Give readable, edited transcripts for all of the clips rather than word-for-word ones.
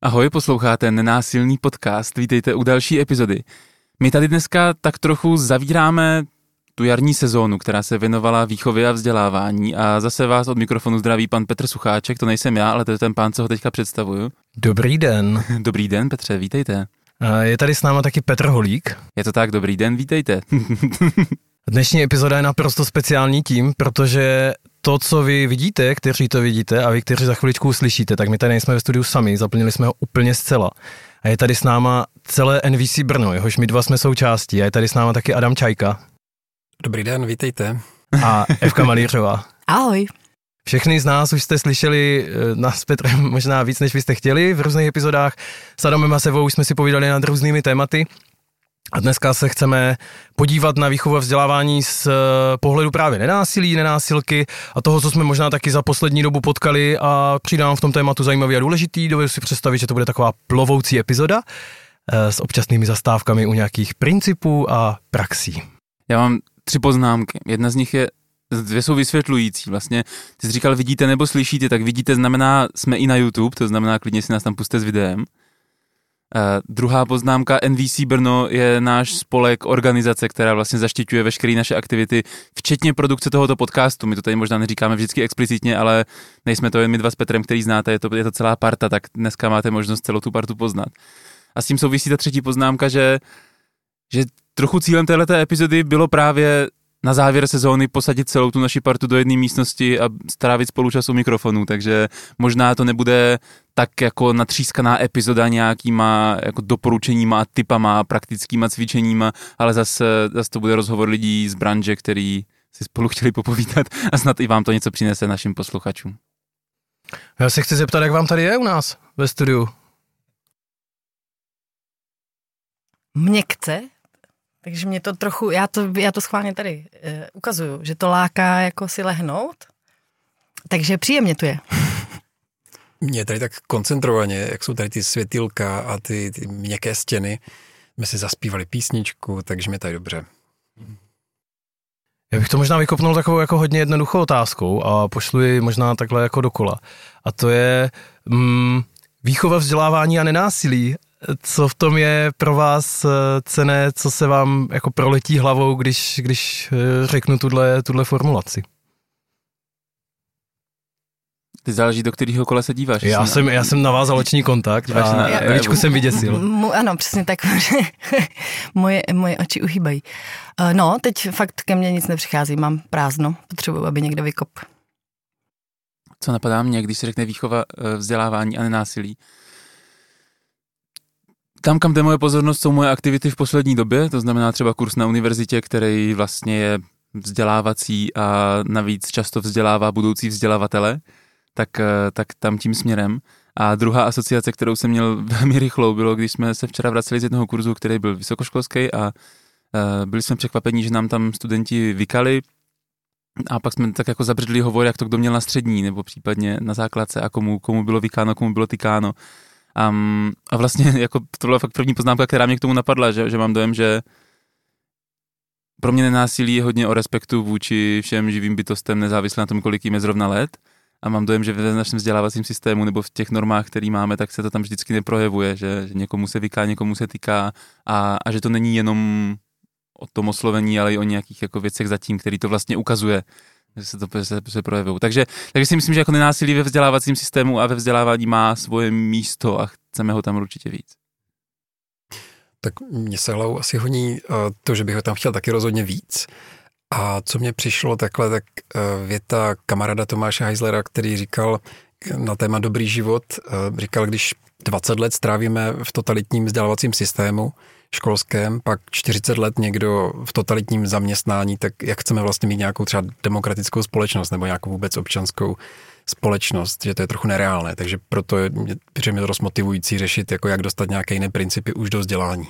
Ahoj, posloucháte Nenásilný podcast, vítejte u další epizody. My tady dneska tak trochu zavíráme tu jarní sezónu, která se věnovala výchově a vzdělávání a zase vás od mikrofonu zdraví pan Petr Sucháček, to nejsem já, ale to je ten pán, co ho teďka představuju. Dobrý den. Dobrý den, Petře, vítejte. Je tady s náma taky Petr Holík. Je to tak, dobrý den, vítejte. Dnešní epizoda je naprosto speciální tím, protože to, co vy vidíte, kteří to vidíte a vy, kteří za chviličku uslyšíte, tak my tady nejsme ve studiu sami, zaplnili jsme ho úplně zcela. A je tady s náma celé NVC Brno, jehož my dva jsme součástí. A je tady s náma taky Adam Čajka. Dobrý den, vítejte. A Evka Malířová. Ahoj. Všechny z nás už jste slyšeli nás s Petrem možná víc, než byste chtěli v různých epizodách. S Adamem a Sevou už jsme si povídali nad různými tématy. A dneska se chceme podívat na výchovu a vzdělávání z pohledu právě nenásilí, nenásilky a toho, co jsme možná taky za poslední dobu potkali a přijde nám v tom tématu zajímavý a důležitý. Dovedu si představit, že to bude taková plovoucí epizoda s občasnými zastávkami u nějakých principů a praxí. Já mám 3 poznámky. Jedna z nich je, 2 jsou vysvětlující. Vlastně, ty jsi říkal, vidíte nebo slyšíte, tak vidíte znamená, jsme i na YouTube, to znamená, klidně si nás tam puste s videem. Druhá poznámka, NVC Brno je náš spolek, organizace, která vlastně zaštiťuje veškeré naše aktivity, včetně produkce tohoto podcastu. My to tady možná neříkáme vždycky explicitně, ale nejsme to jen my dva s Petrem, který znáte, je to celá parta, tak dneska máte možnost celou tu partu poznat. A s tím souvisí ta 3. poznámka, že trochu cílem téhleté epizody bylo právě na závěr sezóny posadit celou tu naši partu do jedné místnosti a strávit spolu čas u mikrofonu, takže možná to nebude tak jako natřískaná epizoda nějakýma jako doporučeníma, tipama, praktickýma cvičeníma, ale zase to bude rozhovor lidí z branže, který si spolu chtěli popovídat a snad i vám to něco přinese našim posluchačům. Já se chci zeptat, jak vám tady je u nás ve studiu? Měkce. Takže mě to trochu, já to schválně tady ukazuju, že to láká jako si lehnout, takže příjemně to je. Mně tady tak koncentrovaně, jak jsou tady ty světýlka a ty měkké stěny, jsme si zaspívali písničku, takže mě tady dobře. Já bych to možná vykopnul takovou jako hodně jednoduchou otázkou a pošlu ji možná takhle jako dokola. A to je výchova, vzdělávání a nenásilí. Co v tom je pro vás cenné, co se vám jako proletí hlavou, když řeknu tuhle formulaci? Ty záleží, do kterého kola se díváš. Já jsem navázal oční kontakt a Eličku jsem vyděsil. Ano, přesně tak. moje oči uhýbají. No, teď fakt ke mně nic nepřichází, mám prázdno, potřebuji, aby někdo vykop. Co napadá mě, když se řekne výchova, vzdělávání a nenásilí? Tam, kam jde moje pozornost, jsou moje aktivity v poslední době, to znamená třeba kurz na univerzitě, který vlastně je vzdělávací a navíc často vzdělává budoucí vzdělavatele, tak tam tím směrem. A druhá asociace, kterou jsem měl velmi rychlou, bylo, když jsme se včera vraceli z jednoho kurzu, který byl vysokoškolský a byli jsme překvapení, že nám tam studenti vykali a pak jsme tak jako zabředli hovor, jak to kdo měl na střední nebo případně na základce a komu bylo vykáno, komu bylo tykáno. A vlastně jako to byla fakt první poznámka, která mě k tomu napadla, že mám dojem, že pro mě nenásilí je hodně o respektu vůči všem živým bytostem, nezávisle na tom, kolik jim je zrovna let. A mám dojem, že v našem vzdělávacím systému nebo v těch normách, který máme, tak se to tam vždycky neprojevuje, že někomu se vyká, někomu se týká a že to není jenom o tom oslovení, ale i o nějakých jako věcech zatím, který to vlastně ukazuje, že se projevují. Takže si myslím, že jako nenásilí ve vzdělávacím systému a ve vzdělávání má svoje místo a chceme ho tam určitě víc. Tak mě se hlavou asi honí to, že bych ho tam chtěl taky rozhodně víc. A co mě přišlo takhle, tak věta kamaráda Tomáše Heislera, který říkal na téma dobrý život, říkal, když 20 let strávíme v totalitním vzdělávacím systému školském, pak 40 let někdo v totalitním zaměstnání, tak jak chceme vlastně mít nějakou třeba demokratickou společnost nebo nějakou vůbec občanskou společnost, že to je trochu nereálné, takže proto je to dost motivující řešit, jako jak dostat nějaké jiné principy už do vzdělání.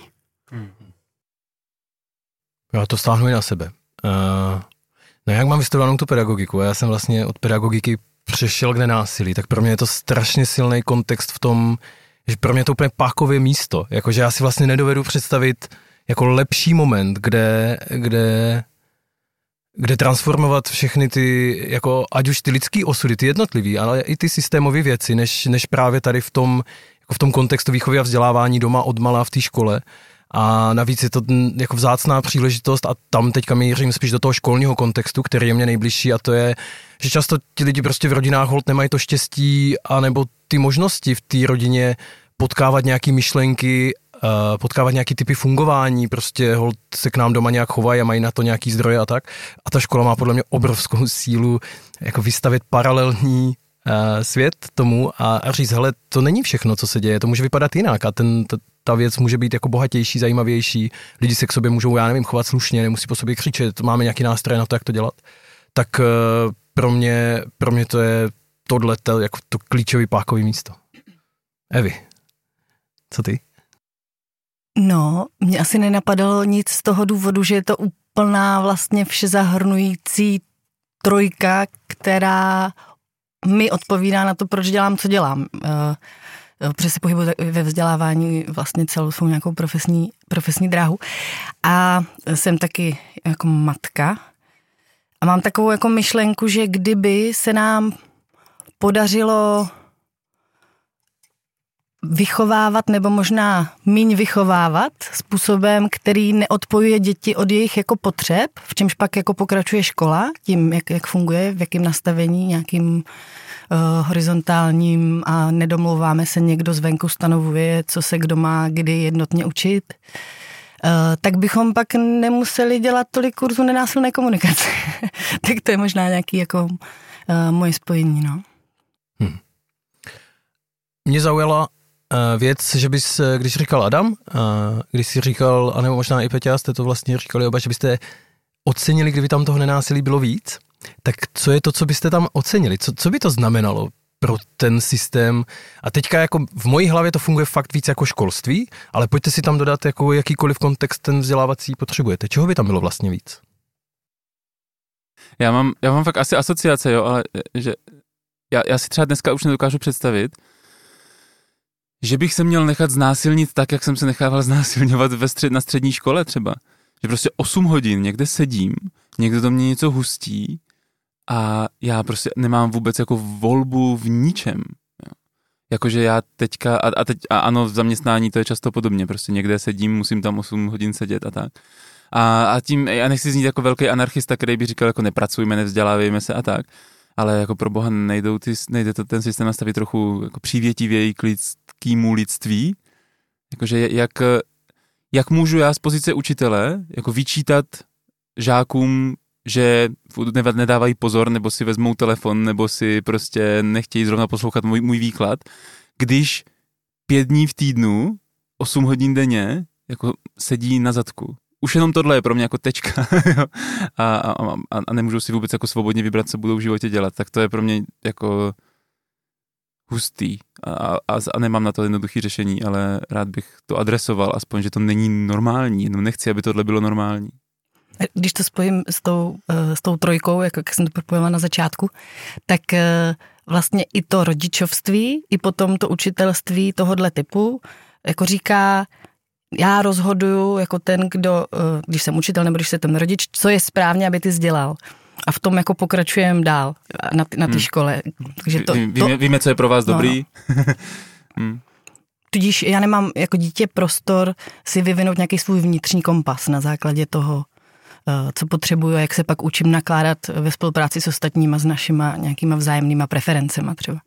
Já to stáhnu i na sebe. No jak mám vystudovanou tu pedagogiku, já jsem vlastně od pedagogiky přešel k nenásilí, tak pro mě je to strašně silný kontext v tom, že pro mě je to úplně pákové místo, jakože já si vlastně nedovedu představit jako lepší moment, kde transformovat všechny ty, jako ať už ty lidský osudy, ty jednotlivý, ale i ty systémové věci, než právě tady v tom v tom kontextu výchovy a vzdělávání doma odmala v té škole. A navíc je to jako vzácná příležitost a tam teďka mířím spíš do toho školního kontextu, který je mě nejbližší, a to je, že často ti lidi prostě v rodinách holt nemají to štěstí anebo ty možnosti v té rodině potkávat nějaký myšlenky, potkávat nějaký typy fungování, prostě holt se k nám doma nějak chovají a mají na to nějaký zdroje a tak. A ta škola má podle mě obrovskou sílu jako vystavit paralelní svět tomu a říct, hele, to není všechno, co se děje, to může vypadat jinak a ta věc může být jako bohatější, zajímavější, lidi se k sobě můžou, já nevím, chovat slušně, nemusí po sobě křičet, máme nějaký nástroje na to, jak to dělat. Tak pro mě to je tohleto jako to klíčový pákový místo. Evi, co ty? No, mě asi nenapadalo nic z toho důvodu, že je to úplná vlastně všezahrnující trojka, která mi odpovídá na to, proč dělám, co dělám. Protože se pohybuji ve vzdělávání vlastně celou svou nějakou profesní dráhu. A jsem taky jako matka. A mám takovou jako myšlenku, že kdyby se nám podařilo vychovávat nebo možná míň vychovávat způsobem, který neodpojuje děti od jejich jako potřeb, v čemž pak jako pokračuje škola, tím, jak funguje, v jakém nastavení, nějakým horizontálním a nedomlouváme se, někdo zvenku stanovuje, co se kdo má kdy jednotně učit, tak bychom pak nemuseli dělat tolik kurzů nenásilné komunikace. Tak to je možná nějaký jako moje spojení, no. Mě zaujala věc, že bys, když říkal Adam, když jsi říkal, anebo možná i Peťa, jste to vlastně říkali oba, že byste ocenili, kdyby tam toho nenásilí bylo víc, tak co je to, co byste tam ocenili? Co by to znamenalo pro ten systém? A teďka jako v mojí hlavě to funguje fakt víc jako školství, ale pojďte si tam dodat jako jakýkoliv kontext ten vzdělávací potřebujete. Čeho by tam bylo vlastně víc? Já mám fakt asi asociace, jo, ale že já si třeba dneska už nedokážu představit, že bych se měl nechat znásilnit tak, jak jsem se nechával znásilňovat na střední škole třeba. Že prostě 8 hodin někde sedím, někdo do mě něco hustí a já prostě nemám vůbec jako volbu v ničem. Jo. Jakože já teďka, a ano, v zaměstnání to je často podobně, prostě někde sedím, musím tam 8 hodin sedět a tak. A tím, já nechci znít jako velký anarchista, který by říkal, jako nepracujme, nevzdělávejme se a tak. Ale jako pro boha nejde to ten systém nastavit trochu jako přívětivěji k lidskému lidství. Jakože jak můžu já z pozice učitele jako vyčítat žákům, že nedávají pozor, nebo si vezmou telefon, nebo si prostě nechtějí zrovna poslouchat můj výklad, když 5 dní v týdnu, 8 hodin denně, jako sedí na zadku. Už jenom tohle je pro mě jako tečka a nemůžou si vůbec jako svobodně vybrat, co budou v životě dělat. Tak to je pro mě jako hustý a nemám na to jednoduché řešení, ale rád bych to adresoval, aspoň, že to není normální, jenom nechci, aby tohle bylo normální. Když to spojím s tou trojkou, jak jsem to propojila na začátku, tak vlastně i to rodičovství, i potom to učitelství tohodle typu, jako říká, já rozhoduju jako ten, kdo, když jsem učitel nebo když jsem ten rodič, co je správně, aby ty sdělal. A v tom jako pokračujeme dál na té škole. Takže víme, co je pro vás dobrý. Tudíž já nemám jako dítě prostor si vyvinout nějaký svůj vnitřní kompas na základě toho, co potřebuju a jak se pak učím nakládat ve spolupráci s ostatníma, s našima nějakýma vzájemnýma preferencema třeba.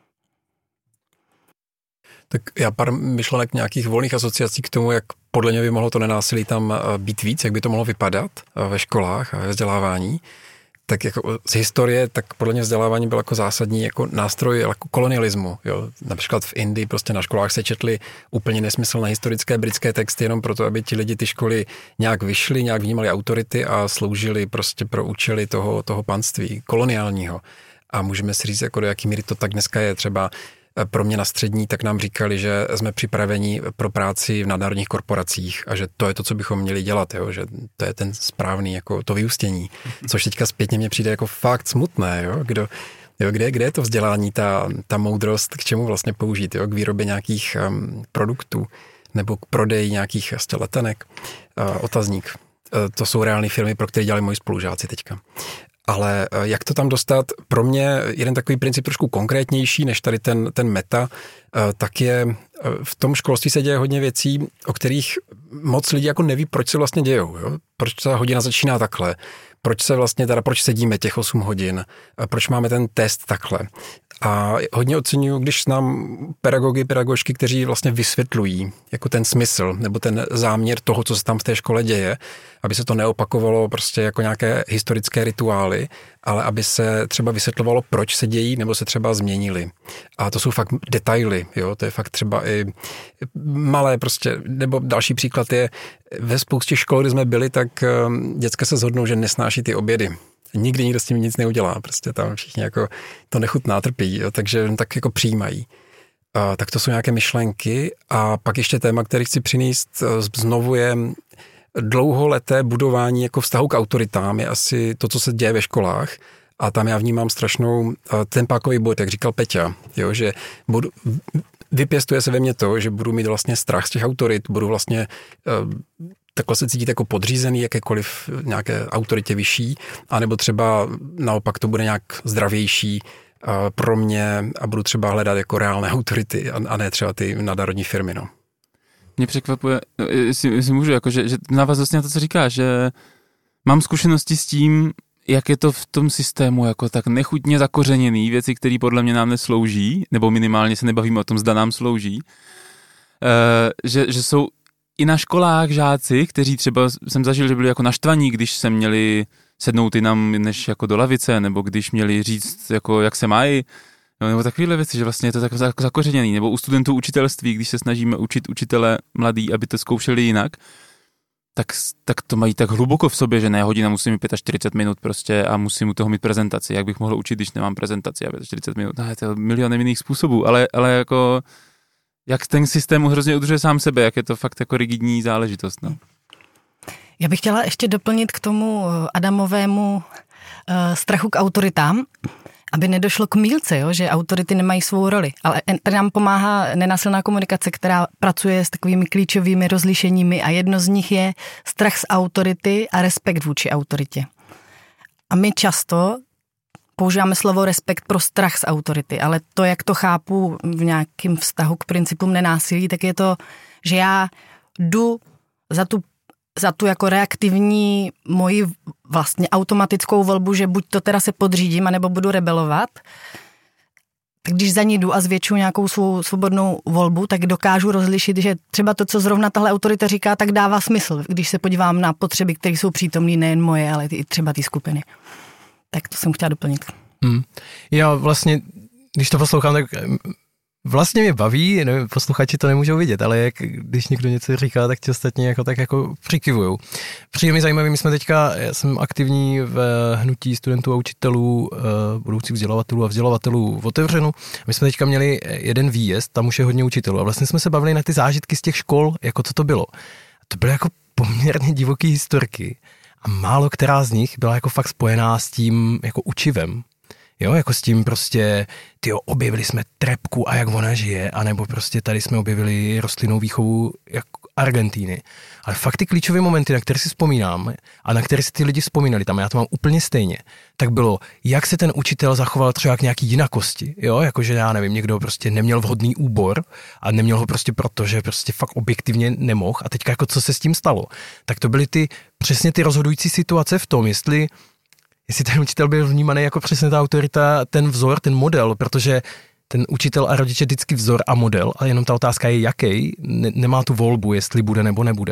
Tak já pár myšlenek nějakých volných asociací k tomu, jak podle mě by mohlo to nenásilí tam být víc, jak by to mohlo vypadat ve školách a ve vzdělávání. Tak jako z historie, tak podle mě vzdělávání byl jako zásadní jako nástroj jako kolonialismu. Jo. Například v Indii prostě na školách se četly úplně nesmyslné historické britské texty jenom proto, aby ti lidi ty školy nějak vyšli, nějak vnímali autority a sloužili prostě pro účely toho panství koloniálního. A můžeme si říct, jako do jaký míry to tak dneska je. Třeba pro mě na střední, tak nám říkali, že jsme připraveni pro práci v nadnárodních korporacích a že to je to, co bychom měli dělat, jo? Že to je ten správný, jako to vyústění, což teďka zpětně mě přijde jako fakt smutné, jo? Kde je to vzdělání, ta moudrost, k čemu vlastně použít, jo? K výrobě nějakých produktů nebo k prodeji nějakých letenek, otazník. To jsou reální firmy, pro které dělali moji spolužáci teďka. Ale jak to tam dostat? Pro mě jeden takový princip trošku konkrétnější než tady ten meta, tak je v tom školství se děje hodně věcí, o kterých moc lidí jako neví, proč se vlastně dějou. Jo? Proč ta hodina začíná takhle? Proč sedíme těch 8 hodin? Proč máme ten test takhle? A hodně oceňuju, když znám pedagožky, kteří vlastně vysvětlují jako ten smysl nebo ten záměr toho, co se tam v té škole děje, aby se to neopakovalo prostě jako nějaké historické rituály, ale aby se třeba vysvětlovalo, proč se dějí nebo se třeba změnily. A to jsou fakt detaily, jo, to je fakt třeba i malé prostě, nebo další příklad je, ve spoustě škol, kde jsme byli, tak děcka se shodnou, že nesnáší ty obědy. Nikdy nikdo s tím nic neudělá, prostě tam všichni jako to nechutná, trpí, jo, takže tak jako přijímají. Tak to jsou nějaké myšlenky a pak ještě téma, který chci přinést znovu je dlouholeté budování jako vztahu k autoritám je asi to, co se děje ve školách a tam já vnímám strašnou ten pákový boj, jak říkal Peťa, jo, že vypěstuje se ve mně to, že budu mít vlastně strach z těch autorit, budu vlastně takhle se cítit jako podřízený jakékoliv nějaké autoritě vyšší, anebo třeba naopak to bude nějak zdravější pro mě a budu třeba hledat jako reálné autority a ne třeba ty nadnárodní firmy, no. Mě překvapuje, jestli můžu, jako, že návaznost na to, co říkáš, že mám zkušenosti s tím, jak je to v tom systému jako tak nechutně zakořeněný, věci, které podle mě nám neslouží, nebo minimálně se nebavíme o tom, zda nám slouží, že jsou i na školách žáci, kteří třeba jsem zažil, že byli jako naštvaní, když se měli sednout jinam než jako do lavice, nebo když měli říct, jako jak se mají, nebo takovéhle věci, že vlastně je to tak zakořeněný, nebo u studentů učitelství, když se snažíme učit učitele mladý, aby to zkoušeli jinak, tak to mají tak hluboko v sobě, že ne, hodina musím mít 45 minut prostě a musím u toho mít prezentaci. Jak bych mohl učit, když nemám prezentaci a 40 minut? No, je to milion jiných způsobů, ale jako jak ten systém hrozně udržuje sám sebe, jak je to fakt jako rigidní záležitost. No. Já bych chtěla ještě doplnit k tomu Adamovému strachu k autoritám, aby nedošlo k mýlce, jo, že autority nemají svou roli. Ale nám pomáhá nenásilná komunikace, která pracuje s takovými klíčovými rozlišeními a jedno z nich je strach z autority a respekt vůči autoritě. A my často používáme slovo respekt pro strach z autority, ale to, jak to chápu v nějakém vztahu k principům nenásilí, tak je to, že já jdu za tu jako reaktivní moji vlastně automatickou volbu, že buď to teda se podřídím, anebo budu rebelovat, tak když za ní jdu a zvětšuji nějakou svou svobodnou volbu, tak dokážu rozlišit, že třeba to, co zrovna tahle autorita říká, tak dává smysl, když se podívám na potřeby, které jsou přítomné nejen moje, ale i třeba ty skupiny. Tak to jsem chtěla doplnit. Já vlastně, když to poslouchám, tak vlastně mě baví, nevím, posluchači to nemůžou vidět, ale jak, když někdo něco říká, tak ti ostatní jako, tak jako přikivujou. Přijde mi zajímavý, já jsem aktivní v hnutí studentů a učitelů, budoucích vzdělavatelů a vzdělavatelů v Otevřenu. My jsme teďka měli jeden výjezd, tam už je hodně učitelů a vlastně jsme se bavili na ty zážitky z těch škol, jako co to bylo. To byly jako poměrně divoký historky a málo která z nich byla jako fakt spojená s tím jako učivem. Jo, jako s tím prostě, objevili jsme trepku a jak ona žije, anebo prostě tady jsme objevili rostlinnou výchovu jako Argentíny. Ale fakt ty klíčové momenty, na které si vzpomínám a na které si ty lidi vzpomínali, tam já to mám úplně stejně, tak bylo, jak se ten učitel zachoval třeba k nějaký jinakosti, jo, jakože já nevím, někdo prostě neměl vhodný úbor a neměl ho prostě proto, že prostě fakt objektivně nemohl a teďka jako co se s tím stalo, tak to byly přesně ty rozhodující situace v tom, jestli ten učitel byl vnímaný jako přesně ta autorita, ten vzor, ten model, protože ten učitel a rodič je vždycky vzor a model, ale jenom ta otázka je jaký, nemá tu volbu, jestli bude nebo nebude.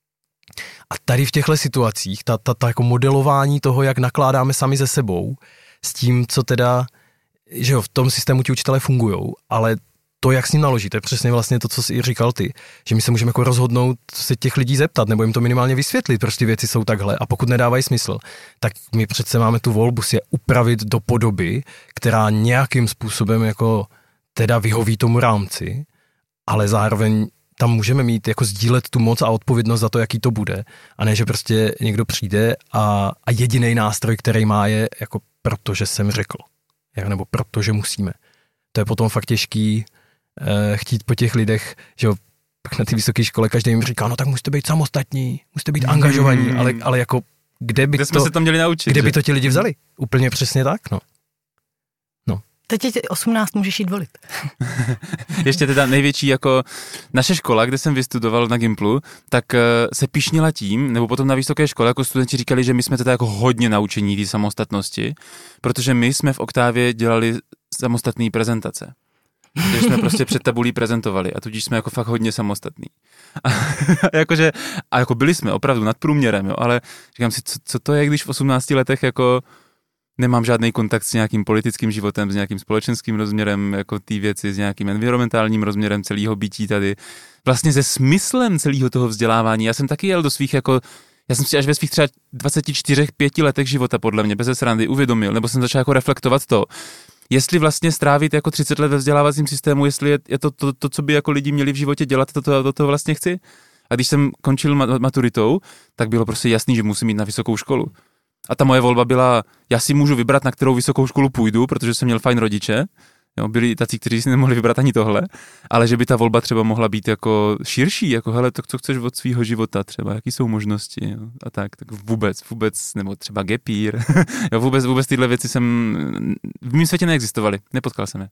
A tady v těchto situacích, ta jako modelování toho, jak nakládáme sami se sebou, s tím, co teda, že jo, v tom systému ti učitelé fungujou, ale to, jak s ním naložit, to je přesně vlastně to, co jsi říkal ty, že my se můžeme jako rozhodnout se těch lidí zeptat, nebo jim to minimálně vysvětlit, proč ty věci jsou takhle a pokud nedávají smysl, tak my přece máme tu volbu si je upravit do podoby, která nějakým způsobem jako teda vyhoví tomu rámci, ale zároveň tam můžeme mít jako sdílet tu moc a odpovědnost za to, jaký to bude a ne, že prostě někdo přijde a jediný nástroj, který má je jako protože jsem řekl, nebo protože musíme. To je potom fakt těžký chtít po těch lidech, že jo, pak na té vysoké škole každý jim říká, no tak musíte být samostatní, musíte být angažovaní, ale jako Kde jsme se to měli naučit? Kde by to ti lidi vzali? Úplně přesně tak, no. Teď je 18, můžeš jít volit. Ještě teda největší jako naše škola, kde jsem vystudoval na Gimplu, tak se pyšnila tím, nebo potom na vysoké škole, jako studenti říkali, že my jsme teda jako hodně naučení té samostatnosti, protože my jsme v Oktávě dělali samostatné prezentace. Že jsme prostě před tabulí prezentovali a tudíž jsme jako fakt hodně samostatní. A jako byli jsme opravdu nad průměrem, jo, ale říkám si, co to je, když v 18 letech jako nemám žádný kontakt s nějakým politickým životem, s nějakým společenským rozměrem jako té věci, s nějakým environmentálním rozměrem celého bytí tady. Vlastně se smyslem celého toho vzdělávání. Já jsem taky jel do svých jako, já jsem si až ve svých třeba 24-5 letech života podle mě bez srandy uvědomil, nebo jsem začal jako reflektovat to, jestli vlastně strávit jako 30 let ve vzdělávacím systému, jestli je to, co by jako lidi měli v životě dělat, to vlastně chci. A když jsem končil maturitou, tak bylo prostě jasný, že musím jít na vysokou školu. A ta moje volba byla, já si můžu vybrat, na kterou vysokou školu půjdu, protože jsem měl fajn rodiče. Jo, byli tací, kteří si nemohli vybrat ani tohle, ale že by ta volba třeba mohla být jako širší, jako hele, to, co chceš od svého života třeba, jaký jsou možnosti, jo, a tak vůbec, nebo třeba gap year, jo, vůbec tyhle věci v mém světě neexistovaly, nepotkal jsem je.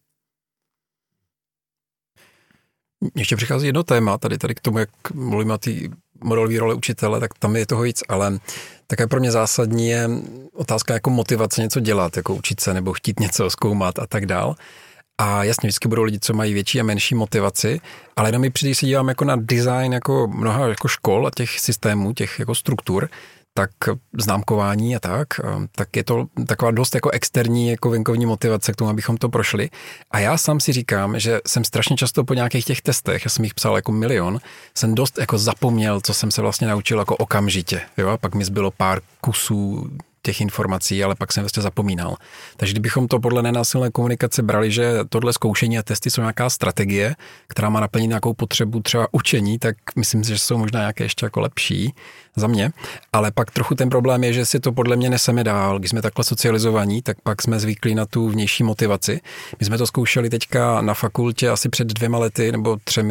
Ještě přichází jedno téma, tady k tomu, jak mluvíme o té modelové role učitele, tak tam je toho víc, ale také pro mě zásadní je otázka jako motivace něco dělat, jako učit se nebo chtít něco zkoumat a tak dál. A jasně, vždycky budou lidi, co mají větší a menší motivaci, ale jenom mi přijde, když se dívám jako na design jako mnoha jako škol a těch systémů, těch jako struktur, tak známkování a tak je to taková dost jako externí, jako venkovní motivace k tomu, abychom to prošli. A já sám si říkám, že jsem strašně často po nějakých těch testech, já jsem jich psal jako milion, jsem dost jako zapomněl, co jsem se vlastně naučil jako okamžitě. Jo? A pak mi zbylo pár kusů těch informací, ale pak jsem vlastně zapomínal. Takže kdybychom to podle nenásilné komunikace brali, že tohle zkoušení a testy jsou nějaká strategie, která má naplnit nějakou potřebu třeba učení, tak myslím si, že jsou možná nějaké ještě jako lepší za mě. Ale pak trochu ten problém je, že si to podle mě neseme dál. Když jsme takhle socializovaní, tak pak jsme zvyklí na tu vnější motivaci. My jsme to zkoušeli teďka na fakultě asi před 2 lety nebo 3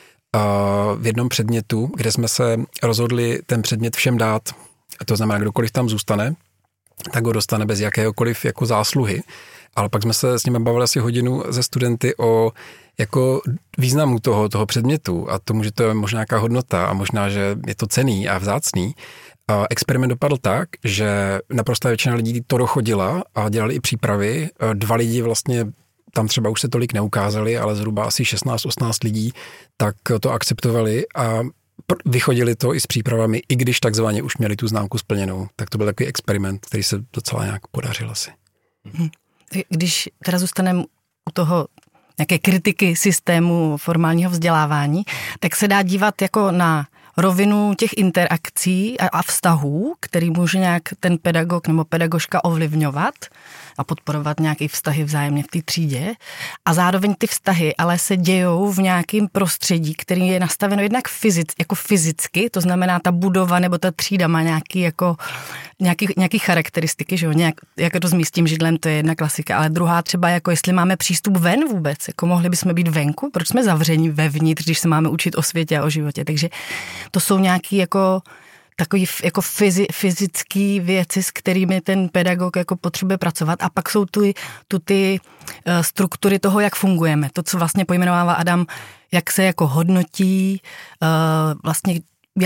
v jednom předmětu, kde jsme se rozhodli ten předmět všem dát. A to znamená, kdokoliv tam zůstane, tak ho dostane bez jakéhokoliv jako zásluhy. Ale pak jsme se s nimi bavili asi hodinu ze studenty o jako významu toho předmětu a tomu, že to je možná nějaká hodnota a možná, že je to cenný a vzácný. A experiment dopadl tak, že naprostá většina lidí to dochodila a dělali i přípravy. 2 lidi vlastně tam třeba už se tolik neukázali, ale zhruba asi 16-18 lidí tak to akceptovali a vychodili to i s přípravami, i když takzvaně už měli tu známku splněnou. Tak to byl takový experiment, který se docela nějak podařil asi. Když teda zůstaneme u toho nějaké kritiky systému formálního vzdělávání, tak se dá dívat jako na rovinu těch interakcí a vztahů, který může nějak ten pedagog nebo pedagožka ovlivňovat a podporovat nějaké vztahy vzájemně v té třídě. A zároveň ty vztahy ale se dějou v nějakém prostředí, který je nastaveno jednak fyzicky, to znamená ta budova nebo ta třída má nějaký charakteristiky, že jo, jak to s místním židlem, to je jedna klasika, ale druhá třeba jako jestli máme přístup ven vůbec, jako mohli bychom být venku, proč jsme zavření vevnitř, když se máme učit o světě a o životě, takže to jsou nějaký jako takový jako fyzický věci, s kterými ten pedagog jako potřebuje pracovat a pak jsou ty struktury toho, jak fungujeme. To, co vlastně pojmenovává Adam, jak se jako hodnotí, vlastně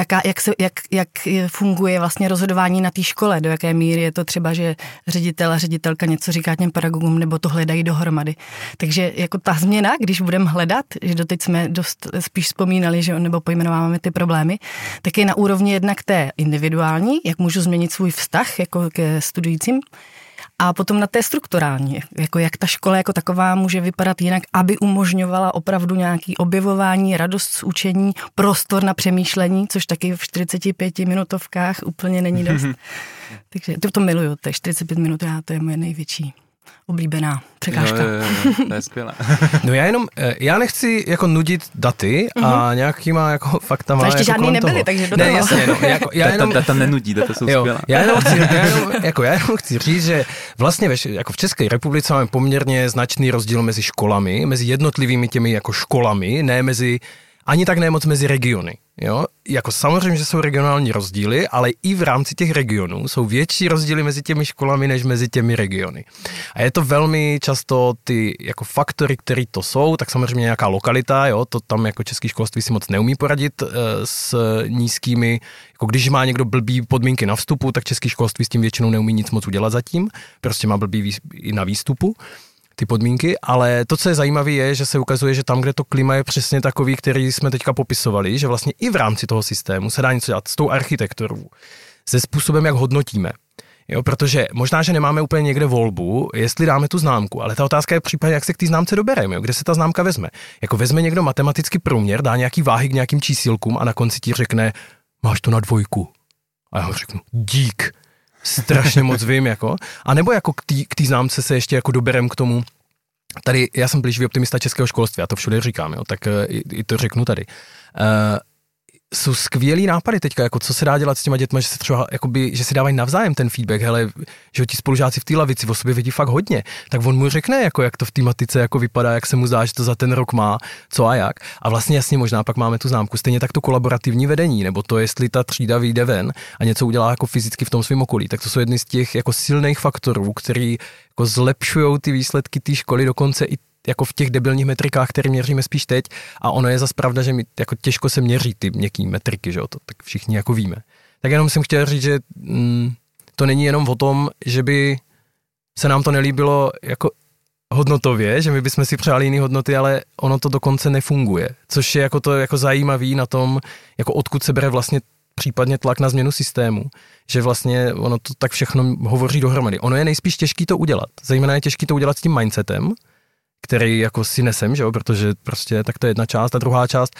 jak funguje vlastně rozhodování na té škole, do jaké míry je to třeba, že ředitel a ředitelka něco říká těm pedagogům, nebo to hledají dohromady. Takže jako ta změna, když budeme hledat, že doteď jsme dost spíš vzpomínali, že nebo pojmenováváme ty problémy, tak je na úrovni jednak té individuální, jak můžu změnit svůj vztah jako ke studujícím, a potom na té strukturální, jako jak ta škola jako taková může vypadat jinak, aby umožňovala opravdu nějaké objevování, radost z učení, prostor na přemýšlení, což taky v 45 minutovkách úplně není dost. Takže to miluju, to je 45 minut, to je moje největší oblíbená překážka. Jo, to je skvělé. No já nechci jako nudit daty a nějakýma jako faktama. To ještě jako žádný nebyli, takže do toho. Ne, jasně, no, data nenudí, data jsou skvělá. Já jenom chci říct, že vlastně jako v České republice máme poměrně značný rozdíl mezi školami, mezi jednotlivými těmi jako školami, ne mezi ani tak ne moc mezi regiony. Jo? Jako samozřejmě, že jsou regionální rozdíly, ale i v rámci těch regionů jsou větší rozdíly mezi těmi školami, než mezi těmi regiony. A je to velmi často ty jako faktory, které to jsou, tak samozřejmě nějaká lokalita, jo? To tam jako český školství si moc neumí poradit s nízkými, jako když má někdo blbý podmínky na vstupu, tak český školství s tím většinou neumí nic moc udělat zatím, prostě má blbý i na výstupu ty podmínky, ale to, co je zajímavé, je, že se ukazuje, že tam, kde to klima je přesně takový, který jsme teďka popisovali, že vlastně i v rámci toho systému se dá něco dělat s tou architekturou, se způsobem, jak hodnotíme. Jo, protože možná, že nemáme úplně někde volbu, jestli dáme tu známku, ale ta otázka je případně, jak se k té známce dobereme, jo, kde se ta známka vezme. Jako vezme někdo matematický průměr, dá nějaký váhy k nějakým čísílkům a na konci ti řekne, máš to na 2. A já ho řeknu, dík. Strašně moc vím, jako. A nebo jako k té známce se ještě jako doberem k tomu. Tady, já jsem plíživý optimista českého školství, já to všude říkám, jo, tak i to řeknu tady. Jsou skvělý nápady teďka, jako co se dá dělat s těma dětma, že se třeba, jakoby, že si dávají navzájem ten feedback, hele, že ti spolužáci v té lavici o sobě vědí fakt hodně, tak on mu řekne, jako, jak to v té matice jako vypadá, jak se mu zdá, že to za ten rok má, co a jak. A vlastně jasně možná pak máme tu známku, stejně tak to kolaborativní vedení, nebo to, jestli ta třída vyjde ven a něco udělá jako fyzicky v tom svém okolí, tak to jsou jedny z těch jako silných faktorů, který jako zlepšují ty výsledky té školy dokonce i jako v těch debilních metrikách, které měříme spíš teď, a ono je zas pravda, že mi jako těžko se měří ty měkký metriky, že jo, to tak všichni jako víme. Tak jenom jsem chtěl říct, že to není jenom o tom, že by se nám to nelíbilo jako hodnotově, že my bychom si přáli jiné hodnoty, ale ono to dokonce nefunguje, což je jako to jako zajímavý na tom, jako odkud se bere vlastně případně tlak na změnu systému, že vlastně ono to tak všechno hovoří dohromady. Ono je nejspíš těžký to udělat, zejména je těžký to udělat s tím mindsetem, který jako si nesem, že jo, protože prostě tak to je jedna část a druhá část,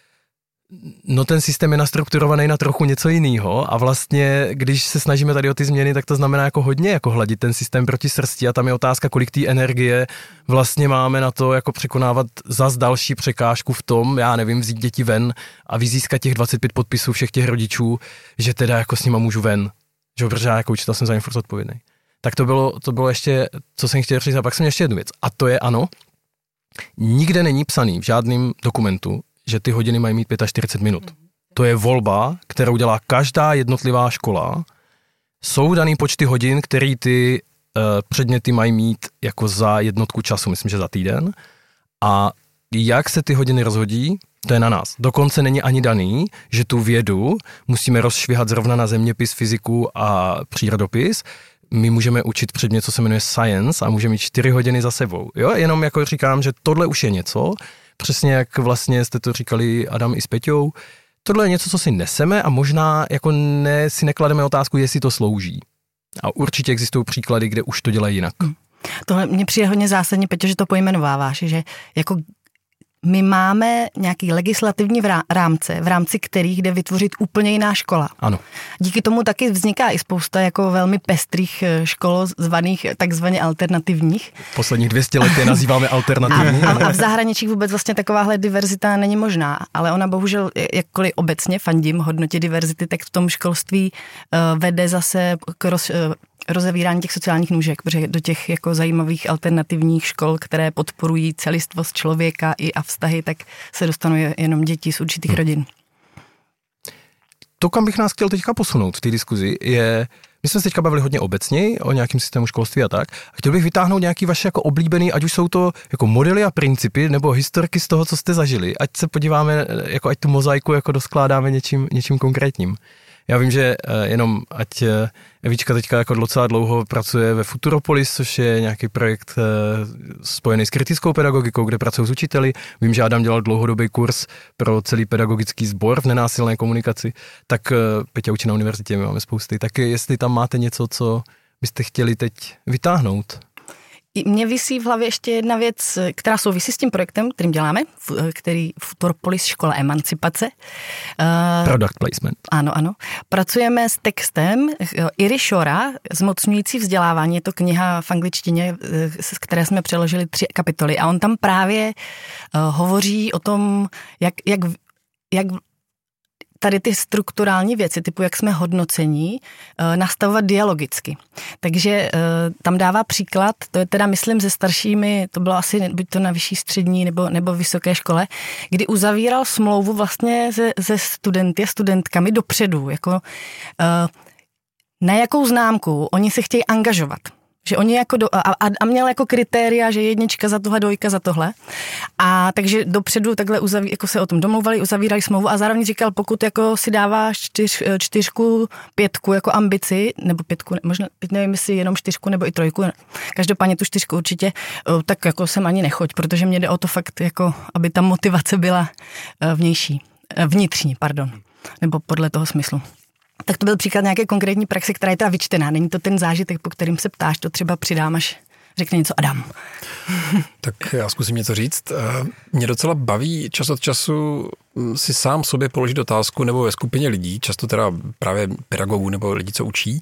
no ten systém je nastrukturovaný na trochu něco jiného a vlastně, když se snažíme tady o ty změny, tak to znamená jako hodně jako hladit ten systém proti srsti a tam je otázka, kolik té energie vlastně máme na to jako překonávat zas další překážku v tom, já nevím, vzít děti ven a vyzískat těch 25 podpisů všech těch rodičů, že teda jako s nima můžu ven, že jo, protože já jako učitel jsem za ně furt odpovědný. Tak to bylo ještě, co jsem chtěl říct, a pak jsem ještě jednu věc. A to je ano, nikde není psaný v žádném dokumentu, že ty hodiny mají mít 45 minut. To je volba, kterou dělá každá jednotlivá škola. Jsou daný počty hodin, který ty předměty mají mít jako za jednotku času, myslím, že za týden. A jak se ty hodiny rozhodí, to je na nás. Dokonce není ani daný, že tu vědu musíme rozšvihat zrovna na zeměpis, fyziku a přírodopis. My můžeme učit předmět, co se jmenuje science a můžeme mít 4 hodiny za sebou. Jo? Jenom jako říkám, že tohle už je něco, přesně jak vlastně jste to říkali Adam i s Peťou, tohle je něco, co si neseme a možná jako si neklademe otázku, jestli to slouží. A určitě existují příklady, kde už to dělají jinak. Tohle mně přijde hodně zásadně, Peťo, že to pojmenováváš, že jako my máme nějaký legislativní rámce, v rámci kterých jde vytvořit úplně jiná škola. Ano. Díky tomu taky vzniká i spousta jako velmi pestrých škol, zvaných takzvaně alternativních. Posledních 200 let je nazýváme alternativní. A v zahraničí vůbec vlastně takováhle diverzita není možná, ale ona bohužel, jakkoliv obecně fandím hodnotě diverzity, tak v tom školství vede zase k rozevírání těch sociálních nůžek, protože do těch jako zajímavých alternativních škol, které podporují celistvost člověka i a vztahy, tak se dostanou jenom děti z určitých rodin. To, kam bych nás chtěl teďka posunout v té diskuzi, je, my jsme se teďka bavili hodně obecněji o nějakém systému školství a tak, a chtěl bych vytáhnout nějaký vaše jako oblíbený, ať už jsou to jako modely a principy, nebo historky z toho, co jste zažili, ať se podíváme, jako ať tu mozaiku jako doskládáme něčím konkrétním. Já vím, že jenom ať Evička teďka jako docela dlouho pracuje ve Futuropolis, což je nějaký projekt spojený s kritickou pedagogikou, kde pracují s učiteli. Vím, že Adam dělal dlouhodobý kurz pro celý pedagogický sbor v nenásilné komunikaci. Tak Peťa učí na univerzitě, my máme spousty. Tak jestli tam máte něco, co byste chtěli teď vytáhnout? Mně visí v hlavě ještě jedna věc, která souvisí s tím projektem, kterým děláme, který Futuropolis škola emancipace. Product placement. Ano. Pracujeme s textem Iry Shora, Zmocňující vzdělávání. Je to kniha v angličtině, z které jsme přeložili 3 kapitoly. A on tam právě hovoří o tom, jak tady ty strukturální věci, typu jak jsme hodnocení, nastavovat dialogicky. Takže tam dává příklad, to je teda myslím se staršími, to bylo asi buď to na vyšší střední nebo vysoké škole, kdy uzavíral smlouvu vlastně se studenty a studentkami dopředu, jako na jakou známku oni se chtějí angažovat. Že oni jako a měl jako kritéria, že 1 za tohle, 2 za tohle. A takže dopředu takhle jako se o tom domlouvali, uzavírali smlouvu a zároveň říkal, pokud jako si dáváš 4, 5 jako ambici, nebo 5, možná, teď nevím, jestli jenom 4 nebo i 3, každopádně tu 4 určitě, tak jako sem ani nechoď, protože mě jde o to fakt, jako, aby ta motivace byla vnitřní, nebo podle toho smyslu. Tak to byl příklad nějaké konkrétní praxe, která je teda vyčtená. Není to ten zážitek, po kterým se ptáš, to třeba přidám, až řekne něco Adam. Tak já zkusím něco říct. Mě docela baví čas od času si sám sobě položit otázku, nebo ve skupině lidí, často teda právě pedagogů nebo lidí, co učí,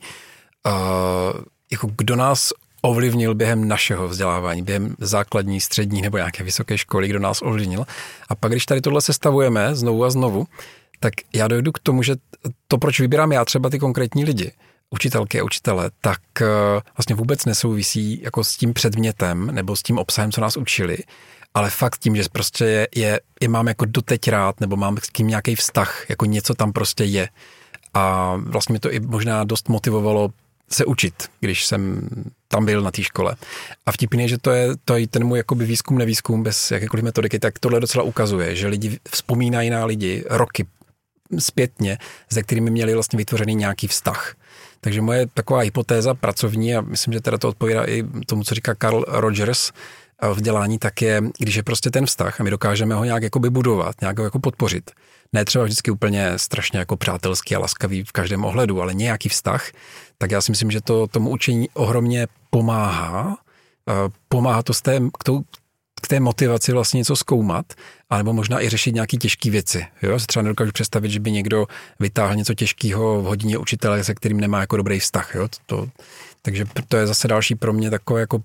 jako kdo nás ovlivnil během našeho vzdělávání, během základní, střední nebo nějaké vysoké školy, kdo nás ovlivnil. A pak, když tady tohle sestavujeme znovu a znovu, tak já dojdu k tomu, že to, proč vybírám já třeba ty konkrétní lidi, učitelky a učitele, tak vlastně vůbec nesouvisí jako s tím předmětem nebo s tím obsahem, co nás učili, ale fakt tím, že prostě je mám jako doteď rád nebo mám s tím nějaký vztah, jako něco tam prostě je. A vlastně mě to i možná dost motivovalo se učit, když jsem tam byl na té škole. A vtipný je, že to je ten můj jakoby výzkum, nevýzkum bez jakékoliv metodiky, tak tohle docela ukazuje, že lidi vzpomínají na lidi roky zpětně, se kterými měli vlastně vytvořený nějaký vztah. Takže moje taková hypotéza pracovní, a myslím, že teda to odpovídá i tomu, co říká Carl Rogers v dělání, tak je, když je prostě ten vztah a my dokážeme ho nějak jakoby budovat, nějak ho jako podpořit. Ne třeba vždycky úplně strašně jako přátelský a laskavý v každém ohledu, ale nějaký vztah, tak já si myslím, že to tomu učení ohromně pomáhá. Pomáhá to k té motivaci vlastně něco zkoumat, anebo možná i řešit nějaké těžké věci. Jo? Se třeba nedokážu představit, že by někdo vytáhl něco těžkého v hodině učitele, se kterým nemá jako dobrý vztah. Jo? Takže to je zase další pro mě takové jako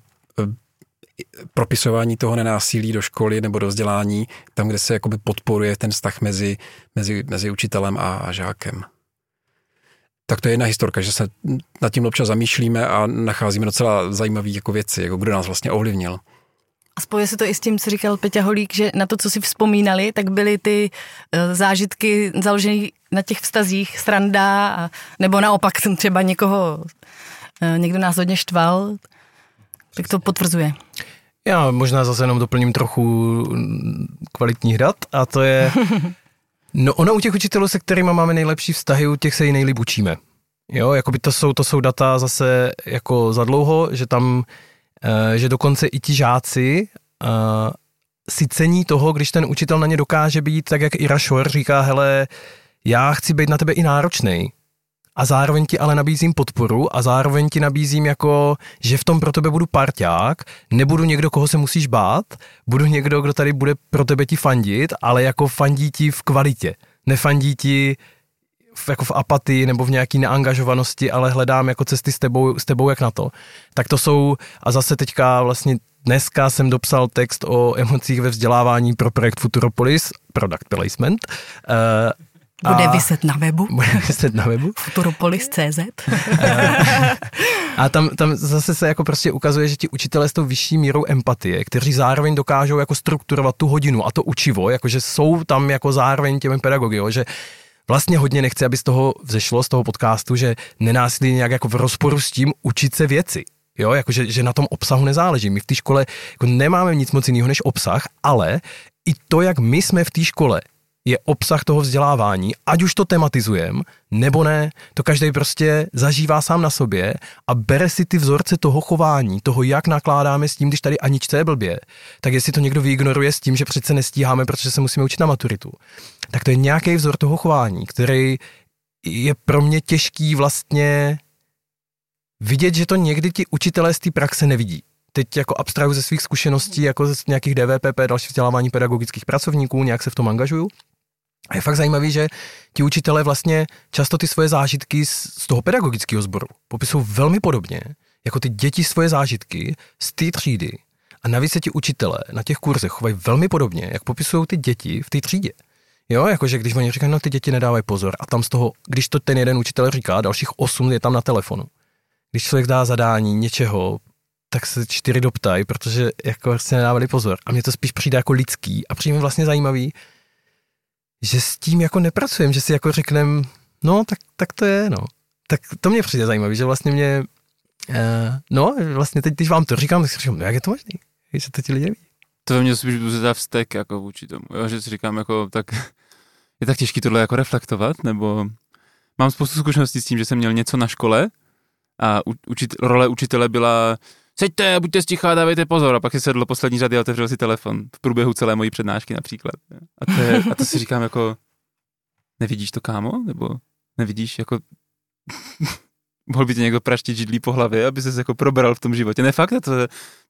propisování toho nenásilí do školy nebo do vzdělání, tam, kde se jakoby podporuje ten vztah mezi učitelem a žákem. Tak to je jedna historka, že se nad tím občas zamýšlíme a nacházíme docela zajímavé jako věci, jako kdo nás vlastně ovlivnil. A spojuje se to i s tím, co říkal Peťa Holík, že na to, co si vzpomínali, tak byly ty zážitky založené na těch vztazích, sranda, nebo naopak třeba někdo nás hodně štval, tak to potvrzuje. Já možná zase jenom doplním trochu kvalitních dat a to je, no ono u těch učitelů, se kterými máme nejlepší vztahy, u těch se i nejlíp učíme. Jo, jakoby to jsou data zase jako za dlouho, že tam že dokonce i ti žáci si cení toho, když ten učitel na ně dokáže být, tak jak Ira Shore říká, hele, já chci být na tebe i náročnej a zároveň ti ale nabízím podporu a zároveň ti nabízím jako, že v tom pro tebe budu parťák, nebudu někdo, koho se musíš bát, budu někdo, kdo tady bude pro tebe ti fandit, ale jako fandí ti v kvalitě, nefandí ti jako v apatii nebo v nějaký neangažovanosti, ale hledám jako cesty s tebou jak na to. Tak to jsou, a zase teďka vlastně dneska jsem dopsal text o emocích ve vzdělávání pro projekt Futuropolis, Product Placement. Bude vyset na webu. Futuropolis.cz. A tam zase se jako prostě ukazuje, že ti učitelé s tou vyšší mírou empatie, kteří zároveň dokážou jako strukturovat tu hodinu a to učivo, jakože jsou tam jako zároveň těmi pedagogy, jo, že vlastně hodně nechci, aby z toho vzešlo, z toho podcastu, že nenásilí nějak jako v rozporu s tím učit se věci. Jo, jakože že na tom obsahu nezáleží. My v té škole jako nemáme nic moc jiného než obsah, ale i to, jak my jsme v té škole, je obsah toho vzdělávání, ať už to tematizujeme, nebo ne, to každý prostě zažívá sám na sobě a bere si ty vzorce toho chování, toho, jak nakládáme s tím, když tady Aničce je blbě, tak jestli to někdo vyignoruje s tím, že přece nestíháme, protože se musíme učit na maturitu, tak to je nějaký vzor toho chování, který je pro mě těžký vlastně vidět, že to někdy ti učitelé z té praxe nevidí. Teď jako abstrahuji ze svých zkušeností, jako z nějakých DVPP, další vzdělávání pedagogických pracovníků, nějak se v tom angažuju. A je fakt zajímavý, že ti učitelé vlastně často ty svoje zážitky z toho pedagogického sboru popisují velmi podobně, jako ty děti svoje zážitky z té třídy. A navíc se ti učitelé na těch kurzech chovají velmi podobně, jak popisují ty děti v té třídě. Jo, jakože když oni říkají, no ty děti nedávají pozor a tam z toho, když to ten jeden učitel říká, dalších 8 je tam na telefonu. Když člověk dá zadání něčeho, tak se 4 doptají, protože jako se nedávali pozor. A mně to spíš přijde jako lidský a přijde mi vlastně zajímavý, že s tím jako nepracujeme, že si jako řekneme, no tak to je, no. Tak to mě přijde zajímavý, že vlastně mě, vlastně teď, když vám to říkám, tak si říkám, no jak je to možný, že to ti lidi neví. To ve mně spíš bude vztek jako vůči tomu, jo, že si říkám, jako tak je tak těžký tohle jako reflektovat, nebo mám spoustu zkušeností s tím, že jsem měl něco na škole a role učitele byla seďte, buďte sticha, dávejte pozor a pak si sedl do poslední řady a otevřel si telefon v průběhu celé mojí přednášky například. A to si říkám jako, nevidíš to, kámo? Nebo nevidíš jako... Mohl by tě někdo praštit židlí po hlavě, aby ses jako probral v tom životě. Ne, fakt, to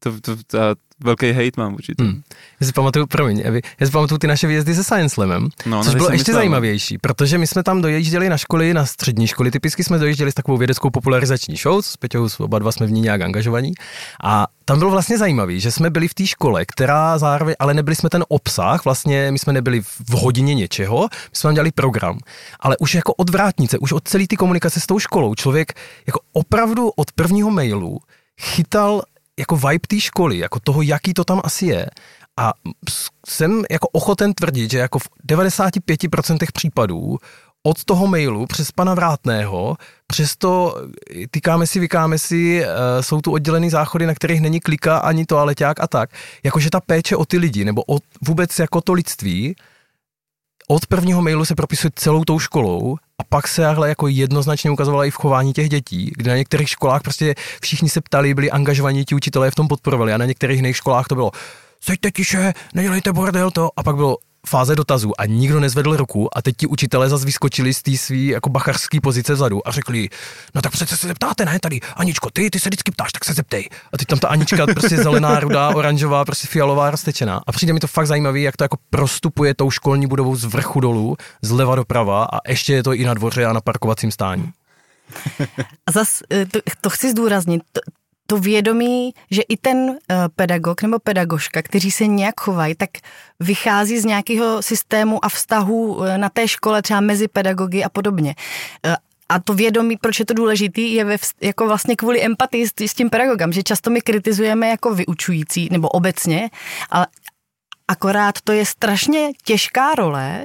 velký hate mám určitě. Já si pamatuju ty naše výjezdy se Science Slamem, což bylo ještě zajímavější, protože my jsme tam dojížděli na školy, na střední školy, typicky jsme dojížděli s takovou vědeckou popularizační show, s Peťou oba dva jsme v ní nějak angažovaní a tam bylo vlastně zajímavý, že jsme byli v té škole, která zároveň, ale nebyli jsme ten obsah, vlastně my jsme nebyli v hodině něčeho, my jsme tam dělali program, ale už jako od vrátnice, už od celé ty komunikace s tou školou, člověk jako opravdu od prvního mailu chytal jako vibe té školy, jako toho, jaký to tam asi je. A jsem jako ochoten tvrdit, že jako v 95% případů od toho mailu přes pana Vrátného, přes to vykáme si, jsou tu oddělený záchody, na kterých není klika ani toaleťák a tak. Jakože ta péče o ty lidi, nebo vůbec jako to lidství, od prvního mailu se propisuje celou tou školou a pak se ale jako jednoznačně ukazovala i v chování těch dětí, kde na některých školách prostě všichni se ptali, byli angažovaní, ti učitelé v tom podporovali a na některých jiných školách to bylo seďte tiše, nedělejte bordel to a pak bylo fáze dotazů a nikdo nezvedl ruku a teď ti učitelé zase vyskočili z té svý jako bacharský pozice vzadu a řekli, no tak přece se zeptáte, ne, tady Aničko, ty se vždycky ptáš, tak se zeptej. A teď tam ta Anička prostě zelená, rudá, oranžová, prostě fialová, roztečená. A přijde mi to fakt zajímavý, jak to jako prostupuje tou školní budovou z vrchu dolů, zleva doprava a ještě je to i na dvoře a na parkovacím stání. A zas to chci zdůraznit, to vědomí, že i ten pedagog nebo pedagožka, kteří se nějak chovají, tak vychází z nějakého systému a vztahu na té škole třeba mezi pedagogy a podobně. A to vědomí, proč je to důležitý, je jako vlastně kvůli empatii s tím pedagogem, že často my kritizujeme jako vyučující nebo obecně, ale akorát to je strašně těžká role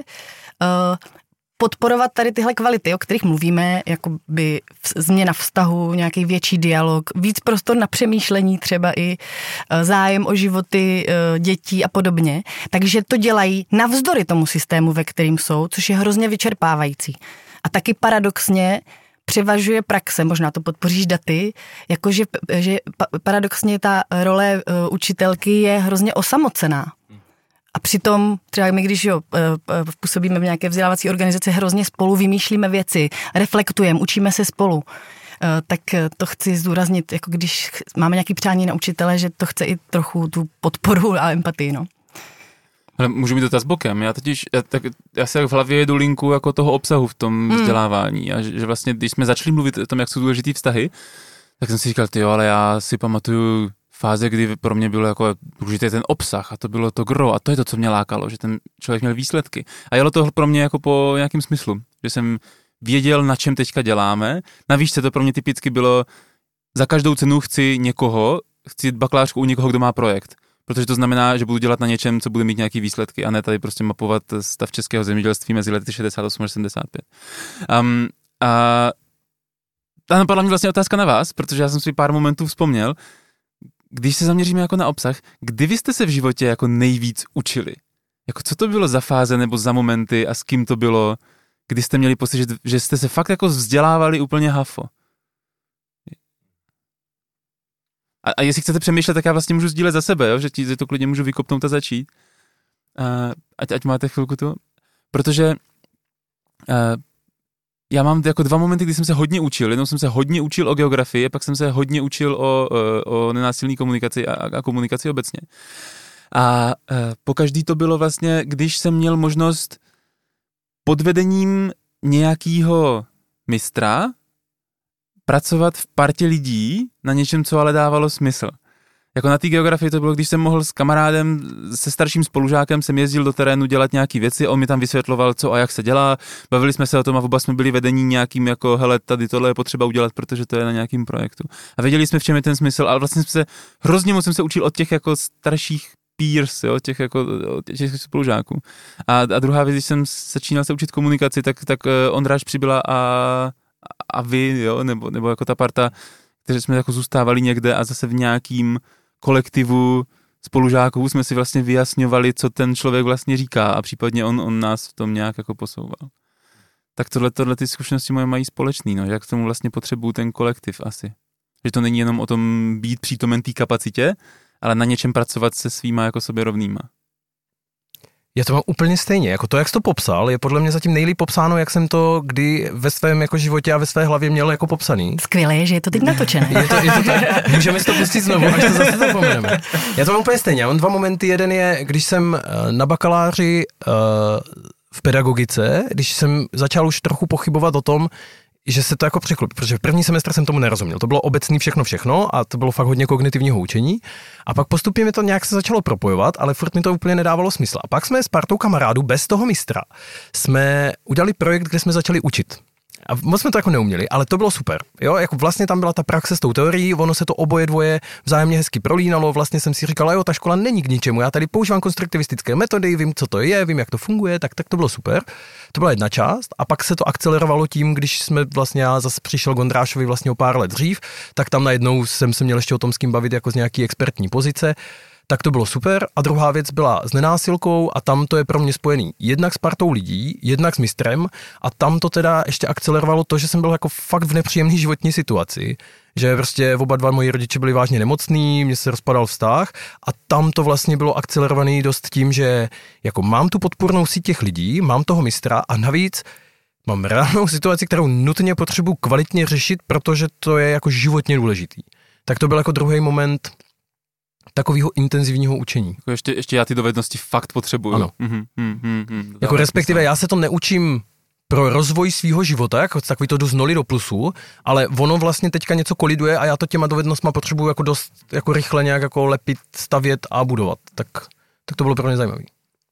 podporovat tady tyhle kvality, o kterých mluvíme, jako by změna vztahu, nějaký větší dialog, víc prostor na přemýšlení, třeba i zájem o životy dětí a podobně. Takže to dělají navzdory tomu systému, ve kterým jsou, což je hrozně vyčerpávající. A taky paradoxně převažuje praxe, možná to podpoříš daty, jakože že paradoxně ta role učitelky je hrozně osamocená. A přitom, třeba my, když působíme v nějaké vzdělávací organizaci, hrozně spolu vymýšlíme věci, reflektujeme, učíme se spolu. Tak to chci zdůraznit, jako když máme nějaký přání na učitele, že to chce i trochu tu podporu a empatii, no. Ale můžu mít dotaz bokem. Já si v hlavě jedu linku jako toho obsahu v tom vzdělávání a že vlastně, když jsme začali mluvit o tom, jak jsou důležitý vztahy, tak jsem si říkal, ale já si pamatuju fáze, kdy pro mě bylo jako důležitý ten obsah a to bylo to gro a to je to, co mě lákalo, že ten člověk měl výsledky. A jelo to pro mě jako po nějakém smyslu, že jsem věděl, na čem teďka děláme. Na výšce to pro mě typicky bylo, za každou cenu chci bakalářku u někoho, kdo má projekt. Protože to znamená, že budu dělat na něčem, co bude mít nějaký výsledky a ne tady prostě mapovat stav českého zemědělství mezi lety 68 až 75. A napadla mě vlastně otázka na vás, protože já jsem si pár momentů vzpomněl. Když se zaměříme jako na obsah, kdy vy jste se v životě jako nejvíc učili? Jako co to bylo za fáze nebo za momenty a s kým to bylo, kdy jste měli pocit, že jste se fakt jako vzdělávali úplně hafo? A jestli chcete přemýšlet, tak já vlastně můžu sdílet za sebe, jo? Že to klidně můžu vykopnout a začít. Ať máte chvilku tu. Protože já mám jako 2 momenty, kdy jsem se hodně učil. Jednou jsem se hodně učil o geografii, pak jsem se hodně učil o nenásilné komunikaci a komunikaci obecně. A pokaždý to bylo vlastně, když jsem měl možnost pod vedením nějakého mistra pracovat v partě lidí na něčem, co ale dávalo smysl. Jako na té geografii to bylo, když jsem mohl s kamarádem, se starším spolužákem, jsem jezdil do terénu dělat nějaké věci, on mi tam vysvětloval, co a jak se dělá, bavili jsme se o tom a oba jsme byli vedení nějakým jako, hele, tady tohle je potřeba udělat, protože to je na nějakým projektu. A věděli jsme, v čem je ten smysl, ale vlastně hrozně moc jsem se učil od těch jako starších peers, jo, těch spolužáků. A druhá věc, když jsem začínal se učit komunikaci, tak Ondráž Přibyla a vy, jo, nebo jako ta parta, kteří jsme jako zůstávali někde a zase v nějakým kolektivu spolužáků jsme si vlastně vyjasňovali, co ten člověk vlastně říká a případně on nás v tom nějak jako posouval. Tak tohle ty zkušenosti moje mají společný, no, že jak k tomu vlastně potřebuju ten kolektiv asi. Že to není jenom o tom být přítomen té kapacitě, ale na něčem pracovat se svýma jako sobě rovnýma. Já to mám úplně stejně, jako to, jak jsi to popsal, je podle mě zatím nejlíp popsáno, jak jsem to kdy ve svém jako životě a ve své hlavě měl jako popsaný. Skvělé je, že je to teď natočené. Je to tak, můžeme si to pustit znovu, až to zase zapomeneme. Já to mám úplně stejně, mám dva momenty, jeden je, když jsem na bakaláři v pedagogice, když jsem začal už trochu pochybovat o tom, že se to jako překlopí, protože v první semestr jsem tomu nerozuměl. To bylo obecný všechno a to bylo fakt hodně kognitivního učení. A pak postupně mi to nějak se začalo propojovat, ale furt mi to úplně nedávalo smysl. A pak jsme s partou kamarádů bez toho mistra jsme udělali projekt, kde jsme začali učit. A moc jsme to jako neuměli, ale to bylo super. Jo, jako vlastně tam byla ta praxe s tou teorií, ono se to oboje dvoje vzájemně hezky prolínalo, vlastně jsem si říkal, jo, ta škola není k ničemu, já tady používám konstruktivistické metody, vím, co to je, vím, jak to funguje, tak to bylo super. To byla jedna část a pak se to akcelerovalo tím, když jsme vlastně, já zase přišel k Ondrášovi vlastně o pár let dřív, tak tam najednou jsem se měl ještě o tom s kým bavit jako z nějaký expertní pozice. Tak to bylo super. A druhá věc byla s nenásilkou a tam to je pro mě spojený jednak s partou lidí, jednak s mistrem a tam to teda ještě akcelerovalo to, že jsem byl jako fakt v nepříjemné životní situaci, že prostě oba dva moji rodiče byli vážně nemocní, mně se rozpadal vztah a tam to vlastně bylo akcelerovaný dost tím, že jako mám tu podpůrnou síť těch lidí, mám toho mistra a navíc mám reálnou situaci, kterou nutně potřebuji kvalitně řešit, protože to je jako životně důležitý. Tak to byl jako druhý moment takového intenzivního učení. Ještě já ty dovednosti fakt potřebuju. Ano. Jako respektive já se to neučím pro rozvoj svýho života, jako takový to jdu z 0 do plusu, ale ono vlastně teďka něco koliduje a já to těma dovednostma potřebuju jako dost jako rychle nějak jako lepit, stavět a budovat. Tak to bylo pro mě zajímavý.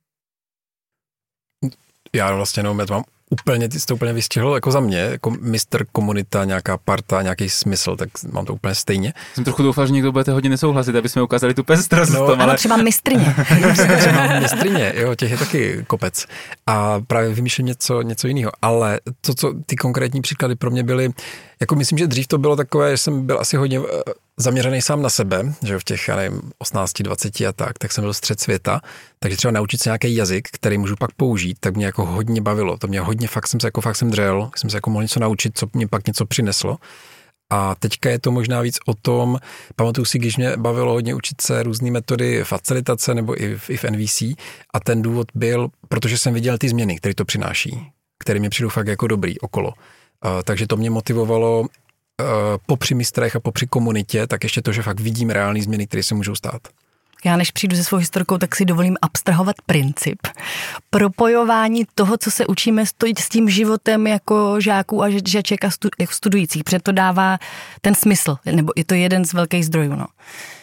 Já vlastně mám úplně, ty jsi to úplně vystihl, jako za mě, jako mistr, komunita, nějaká parta, nějaký smysl, tak mám to úplně stejně. Jsem trochu doufal, že někdo budete hodně nesouhlasit, aby jsme ukázali tu pestrost. No, ale třeba mistrně. Třeba mistrně, jo, těch je taky kopec. A právě vymýšlím něco jiného. Ale to, co ty konkrétní příklady pro mě byly, jako myslím, že dřív to bylo takové, že jsem byl asi hodně zaměřený sám na sebe, že v těch, já nevím, 18, 20 a tak jsem byl střed světa, takže třeba naučit se nějaký jazyk, který můžu pak použít, tak mě jako hodně bavilo. To mě hodně, fakt jsem dřel, jsem se jako mohl něco naučit, co mě pak něco přineslo. A teďka je to možná víc o tom, pamatuju si, když mě bavilo hodně učit se různé metody facilitace nebo i v NVC a ten důvod byl, protože jsem viděl ty změny, které to přináší, které mě přijdou fakt jako dobrý okolo. Takže to mě motivovalo popři mistrech a popři komunitě, tak ještě to, že fakt vidím reální změny, které se můžou stát. Já než přijdu se svou historkou, tak si dovolím abstrahovat princip. Propojování toho, co se učíme s tím životem jako žáků a žaček a studujících, protože to dává ten smysl, nebo je to jeden z velkých zdrojů. No.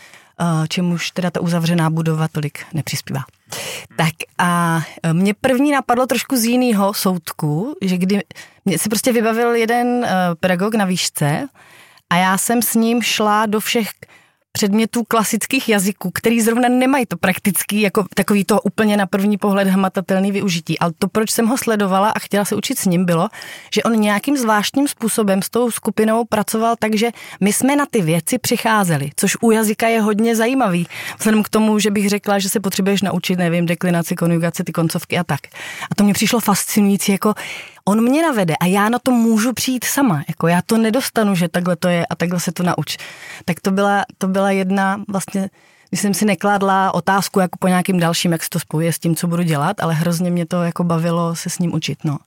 Čemuž teda ta uzavřená budova tolik nepřispívá. Tak a mě první napadlo trošku z jiného soudku, že kdy mě se prostě vybavil jeden pedagog na výšce a já jsem s ním šla do všech předmětů klasických jazyků, který zrovna nemají to praktický, jako takový to úplně na první pohled hmatatelný využití. Ale to, proč jsem ho sledovala a chtěla se učit s ním, bylo, že on nějakým zvláštním způsobem s tou skupinou pracoval tak, že my jsme na ty věci přicházeli, což u jazyka je hodně zajímavý. Vzhledem k tomu, že bych řekla, že se potřebuješ naučit, nevím, deklinaci, konjugaci, ty koncovky a tak. A to mě přišlo fascinující, jako on mě navede a já na to můžu přijít sama. Jako já to nedostanu, že takhle to je a takhle se to nauč. Tak to byla jedna vlastně, když jsem si nekládla otázku jako po nějakým dalším, jak se to spojuje s tím, co budu dělat, ale hrozně mě to jako bavilo se s ním učit, no.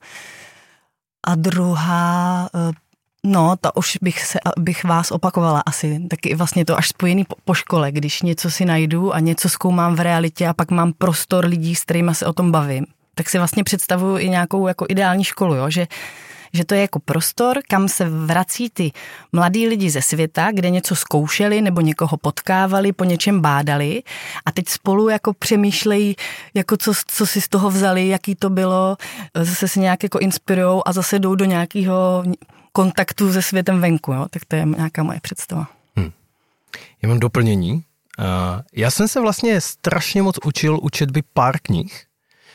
A druhá, no, to už bych vás opakovala asi, taky vlastně to až spojený po škole, když něco si najdu a něco zkoumám v realitě a pak mám prostor lidí, s kterými se o tom bavím. Tak si vlastně představuju i nějakou jako ideální školu, jo? Že že to je jako prostor, kam se vrací ty mladí lidi ze světa, kde něco zkoušeli nebo někoho potkávali, po něčem bádali a teď spolu jako přemýšlejí, jako co si z toho vzali, jaký to bylo, zase se nějak jako inspirujou a zase jdou do nějakého kontaktu se světem venku, jo? Tak to je nějaká moje představa. Já mám doplnění. Já jsem se vlastně strašně moc učil u četby pár knih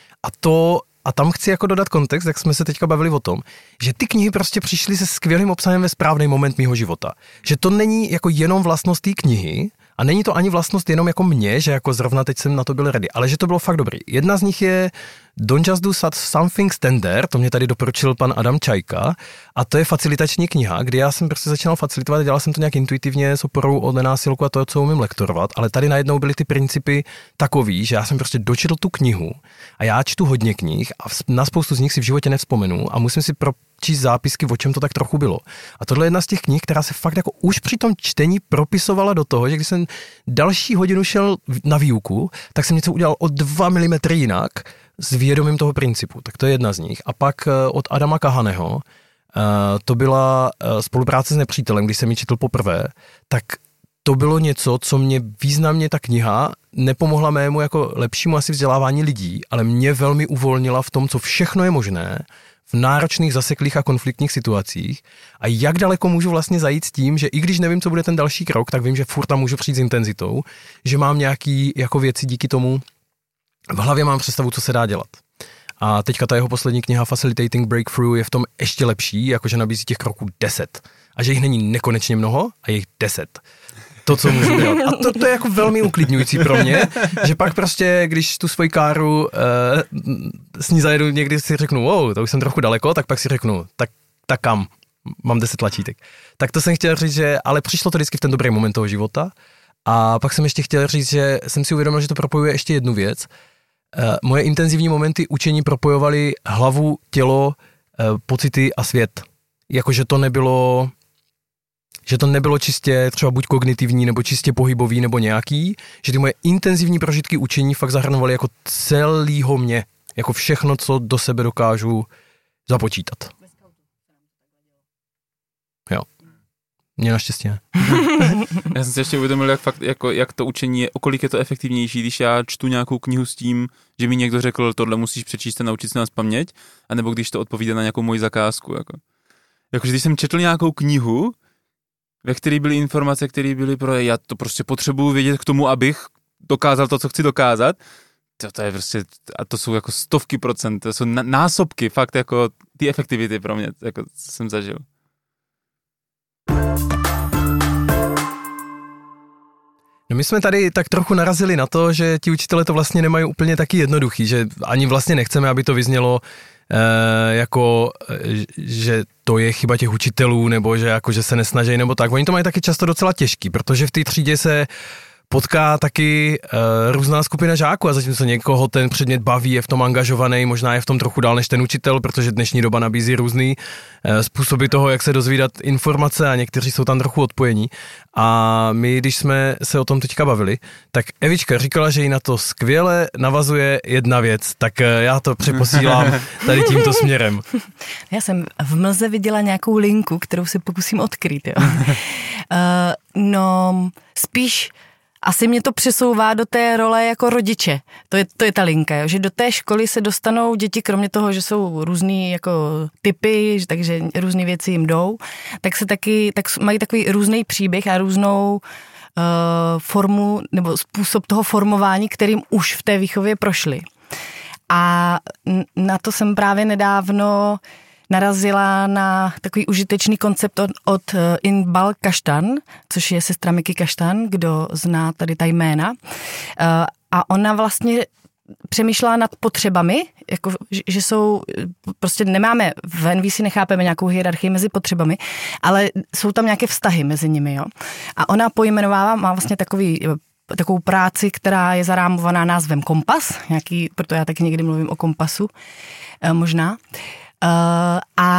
a tam chci jako dodat kontext, jak jsme se teďka bavili o tom, že ty knihy prostě přišly se skvělým obsahem ve správný moment mýho života. Že to není jako jenom vlastnost té knihy a není to ani vlastnost jenom jako mě, že jako zrovna teď jsem na to byl ready, ale že to bylo fakt dobrý. Jedna z nich je Don't Just Do Something Standard, to mě tady doporučil pan Adam Čajka a to je facilitační kniha, kdy já jsem prostě začínal facilitovat a dělal jsem to nějak intuitivně s oporou o nenásilku a to, co umím lektorovat, ale tady najednou byly ty principy takový, že já jsem prostě dočetl tu knihu a já čtu hodně knih a na spoustu z nich si v životě nevzpomenu a musím si číst zápisky, o čem to tak trochu bylo. A tohle je jedna z těch knih, která se fakt jako už při tom čtení propisovala do toho, že když jsem další hodinu šel na výuku, tak jsem něco udělal o 2 mm jinak s vědomím toho principu. Tak to je jedna z nich. A pak od Adama Kahaneho, to byla spolupráce s nepřítelem, když jsem ji četl poprvé, tak to bylo něco, co mě významně ta kniha nepomohla mému jako lepšímu asi vzdělávání lidí, ale mě velmi uvolnila v tom, co všechno je možné v náročných, zaseklých a konfliktních situacích a jak daleko můžu vlastně zajít s tím, že i když nevím, co bude ten další krok, tak vím, že furt tam můžu přijít s intenzitou, že mám nějaký jako věci díky tomu, v hlavě mám představu, co se dá dělat. A teďka ta jeho poslední kniha Facilitating Breakthrough je v tom ještě lepší, jakože nabízí těch kroků 10. A že jich není nekonečně mnoho a je jich 10. To, co můžu dělat. A to je jako velmi uklidňující pro mě, že pak prostě, když tu svoji káru s ní zajedu, někdy si řeknu, wow, to už jsem trochu daleko, tak pak si řeknu, tak kam? Mám 10 tlačítek. Tak to jsem chtěl říct, že ale přišlo to vždycky v ten dobrý moment toho života. A pak jsem ještě chtěl říct, že jsem si uvědomil, že to propojuje ještě jednu věc. Moje intenzivní momenty učení propojovaly hlavu, tělo, pocity a svět. Jakože to nebylo čistě třeba buď kognitivní, nebo čistě pohybový, nebo nějaký, že ty moje intenzivní prožitky učení fakt zahrnovaly jako celýho mě, jako všechno, co do sebe dokážu započítat. Jo. Mně naštěstí ne. Já jsem si ještě uvědomil, jak to učení je, o kolik je to efektivnější, když já čtu nějakou knihu s tím, že mi někdo řekl, tohle musíš přečíst a naučit se nás paměť, anebo když to odpovídá na nějakou moji zakázku. Jakože když jsem četl nějakou knihu, ve které byly informace, které byly já to prostě potřebuju vědět k tomu, abych dokázal to, co chci dokázat. To je prostě, a to jsou jako 100%, to jsou násobky fakt jako ty efektivity pro mě, jako co jsem zažil. No my jsme tady tak trochu narazili na to, že ti učitelé to vlastně nemají úplně taky jednoduchý, že ani vlastně nechceme, aby to vyznělo jako, že to je chyba těch učitelů, nebo že, jako, že se nesnaží, nebo tak. Oni to mají taky často docela těžký, protože v té třídě se potká taky různá skupina žáků a zatímco někoho ten předmět baví, je v tom angažovaný, možná je v tom trochu dál než ten učitel, protože dnešní doba nabízí různý způsoby toho, jak se dozvídat informace a někteří jsou tam trochu odpojení. A my, když jsme se o tom teďka bavili, tak Evička říkala, že jí na to skvěle navazuje jedna věc, tak já to přeposílám tady tímto směrem. Já jsem v mlze viděla nějakou linku, kterou si pokusím odkryt. Jo. No, spíš asi mě to přesouvá do té role jako rodiče. To je ta linka, jo? Že do té školy se dostanou děti, kromě toho, že jsou různý jako typy, takže různé věci jim jdou, tak mají takový různý příběh a různou formu nebo způsob toho formování, kterým už v té výchově prošli. A na to jsem právě nedávno narazila na takový užitečný koncept od Inbal Kaštan, což je sestra Miky Kaštan, kdo zná tady ta jména. A ona vlastně přemýšlela nad potřebami, jako, že jsou, prostě nemáme, v NVC nechápeme nějakou hierarchii mezi potřebami, ale jsou tam nějaké vztahy mezi nimi. Jo? A ona pojmenovává, má vlastně takovou práci, která je zarámovaná názvem kompas, proto já taky někdy mluvím o kompasu, možná. A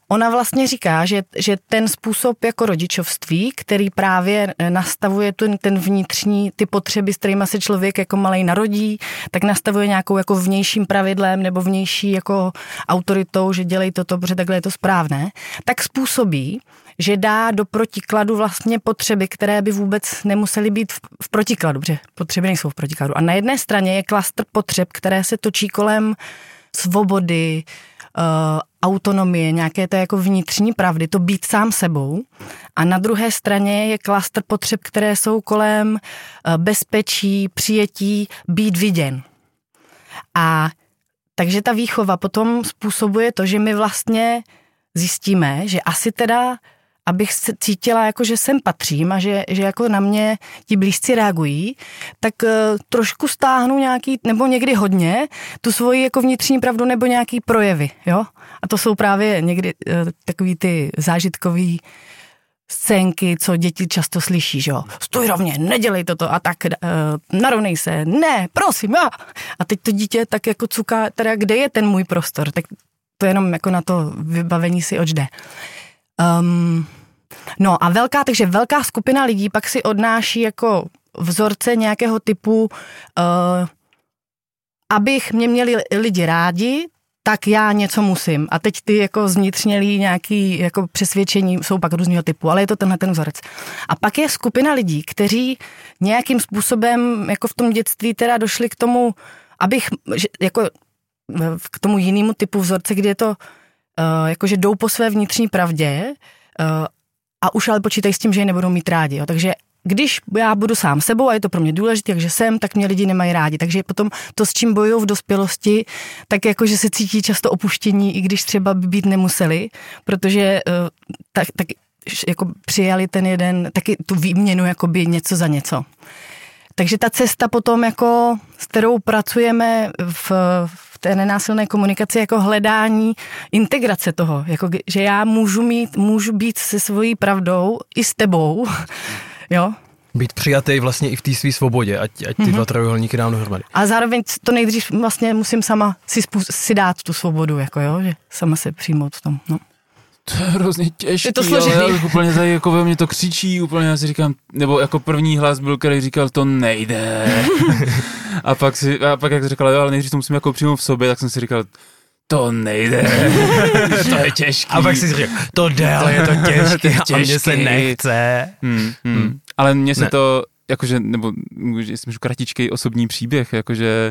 ona vlastně říká, že ten způsob jako rodičovství, který právě nastavuje ten vnitřní, ty potřeby, s kterými se člověk jako malej narodí, tak nastavuje nějakou jako vnějším pravidlem nebo vnější jako autoritou, že dělej toto, protože takhle je to správné, tak způsobí, že dá do protikladu vlastně potřeby, které by vůbec nemusely být v protikladu, protože potřeby nejsou v protikladu. A na jedné straně je klastr potřeb, které se točí kolem svobody, autonomie, nějaké té jako vnitřní pravdy, to být sám sebou. A na druhé straně je klastr potřeb, které jsou kolem bezpečí, přijetí, být viděn. A takže ta výchova potom způsobuje to, že my vlastně zjistíme, že asi teda, abych se cítila, jako že sem patřím a že jako na mě ti blízci reagují, tak trošku stáhnu nějaký, nebo někdy hodně, tu svoji jako vnitřní pravdu nebo nějaký projevy, jo? A to jsou právě někdy takový ty zážitkový scénky, co děti často slyší, že jo? Stůj rovně, nedělej toto a tak, narovnej se, ne, prosím, já. A teď to dítě tak jako cuká, teda kde je ten můj prostor, tak to jenom jako na to vybavení si očde. No a takže velká skupina lidí pak si odnáší jako vzorce nějakého typu, abych mě měli lidi rádi, tak já něco musím. A teď ty jako zvnitřnělí nějaký jako přesvědčení jsou pak různého typu, ale je to tenhle ten vzorec. A pak je skupina lidí, kteří nějakým způsobem jako v tom dětství teda došli k tomu, abych jako k tomu jinému typu vzorce, kdy je to jakože jdou po své vnitřní pravdě a už ale počítají s tím, že je nebudou mít rádi. Jo. Takže když já budu sám sebou a je to pro mě důležité, takže jsem, tak mě lidi nemají rádi. Takže potom to, s čím bojují v dospělosti, tak jakože se cítí často opuštění, i když třeba by být nemuseli, protože tak jako přijali ten jeden, taky tu výměnu jakoby něco za něco. Takže ta cesta potom, jako, s kterou pracujeme v té nenásilné komunikaci, jako hledání integrace toho, jako, že já můžu být se svojí pravdou i s tebou, jo. Být přijatý vlastně i v té své svobodě, ať ty dva trojuhelníky dám dohromady. A zároveň to nejdřív vlastně musím sama si dát tu svobodu, jako jo, že sama se přijmout v tom, no. To je hrozně těžký, je to složitý. Ale úplně tady jako ve mně to křičí, úplně já si říkám, nebo jako první hlas byl, který říkal, to nejde. a pak jak říkala, jo, ale nejdřív to musím jako přijmout v sobě, tak jsem si říkal, to nejde, to je těžký. A pak si říkal, to jde, ale je to těžký a mně se nechce. Ale mně se to, jakože, nebo jestli můžu kratičkej osobní příběh, jakože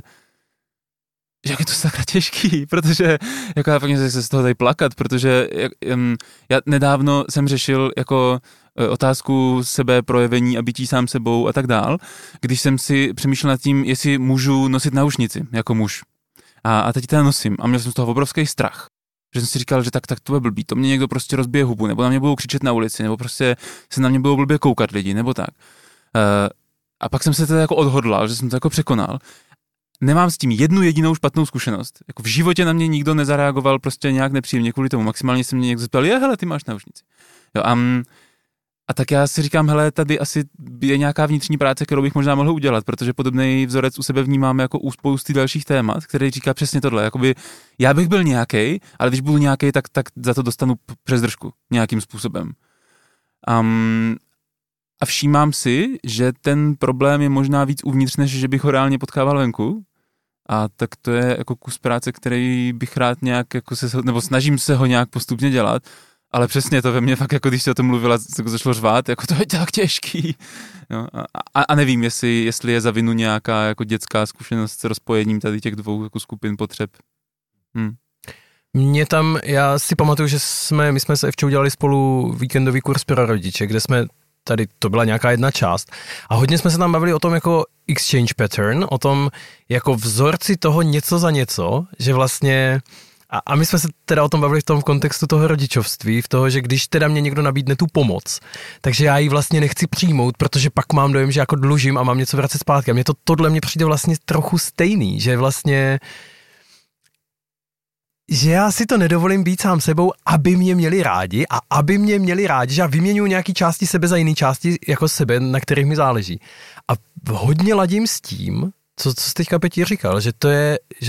jak je to sakra těžký, protože jako já fakt se z toho tady plakat, protože já nedávno jsem řešil jako otázku sebeprojevení a bytí sám sebou a tak dál, když jsem si přemýšlel nad tím, jestli můžu nosit náušnici jako muž. A teď teda nosím a měl jsem z toho obrovský strach. Že jsem si říkal, že tak to je blbý, to mě někdo prostě rozbije hubu, nebo na mě budou křičet na ulici, nebo prostě se na mě budou blbě koukat lidi, nebo tak. A pak jsem se teda jako odhodlal, že jsem to jako překonal. Nemám s tím jednu jedinou špatnou zkušenost. Jako v životě na mě nikdo nezareagoval prostě nějak nepříjemně kvůli tomu. Maximálně se mě někdo zeptal, hele, ty máš náušnici. Jo, a tak já si říkám, hele, tady asi je nějaká vnitřní práce, kterou bych možná mohl udělat, protože podobný vzorec u sebe vnímám jako u spousty dalších témat, který říká přesně tohle. Jakoby já bych byl nějaký, ale když budu nějaký, tak za to dostanu přes držku nějakým způsobem. A všímám si, že ten problém je možná víc uvnitř, než že bych ho reálně potkával venku. A tak to je jako kus práce, který bych rád nějak, jako nebo snažím se ho nějak postupně dělat. Ale přesně to ve mně fakt, jako když se o tom mluvila, jako zašlo řvát, jako to je tak těžký. No, a nevím, jestli je za vinu nějaká jako dětská zkušenost s rozpojením tady těch dvou jako skupin potřeb. Já si pamatuju, že my jsme se Evčou dělali spolu víkendový kurz pro rodiče, kde jsme tady to byla nějaká jedna část. A hodně jsme se tam bavili o tom jako exchange pattern, o tom jako vzorci toho něco za něco, že vlastně, a my jsme se teda o tom bavili v tom kontextu toho rodičovství, v toho, že když teda mě někdo nabídne tu pomoc, takže já ji vlastně nechci přijmout, protože pak mám dojem, že jako dlužím a mám něco vracet zpátky. A mně tohle mě přijde vlastně trochu stejný, že vlastně že já si to nedovolím být sám sebou, aby mě měli rádi a aby mě měli rádi, že já vyměňuji nějaký části sebe za jiný části jako sebe, na kterých mi záleží. A hodně ladím s tím, co jsi teďka Peti říkal, že to je,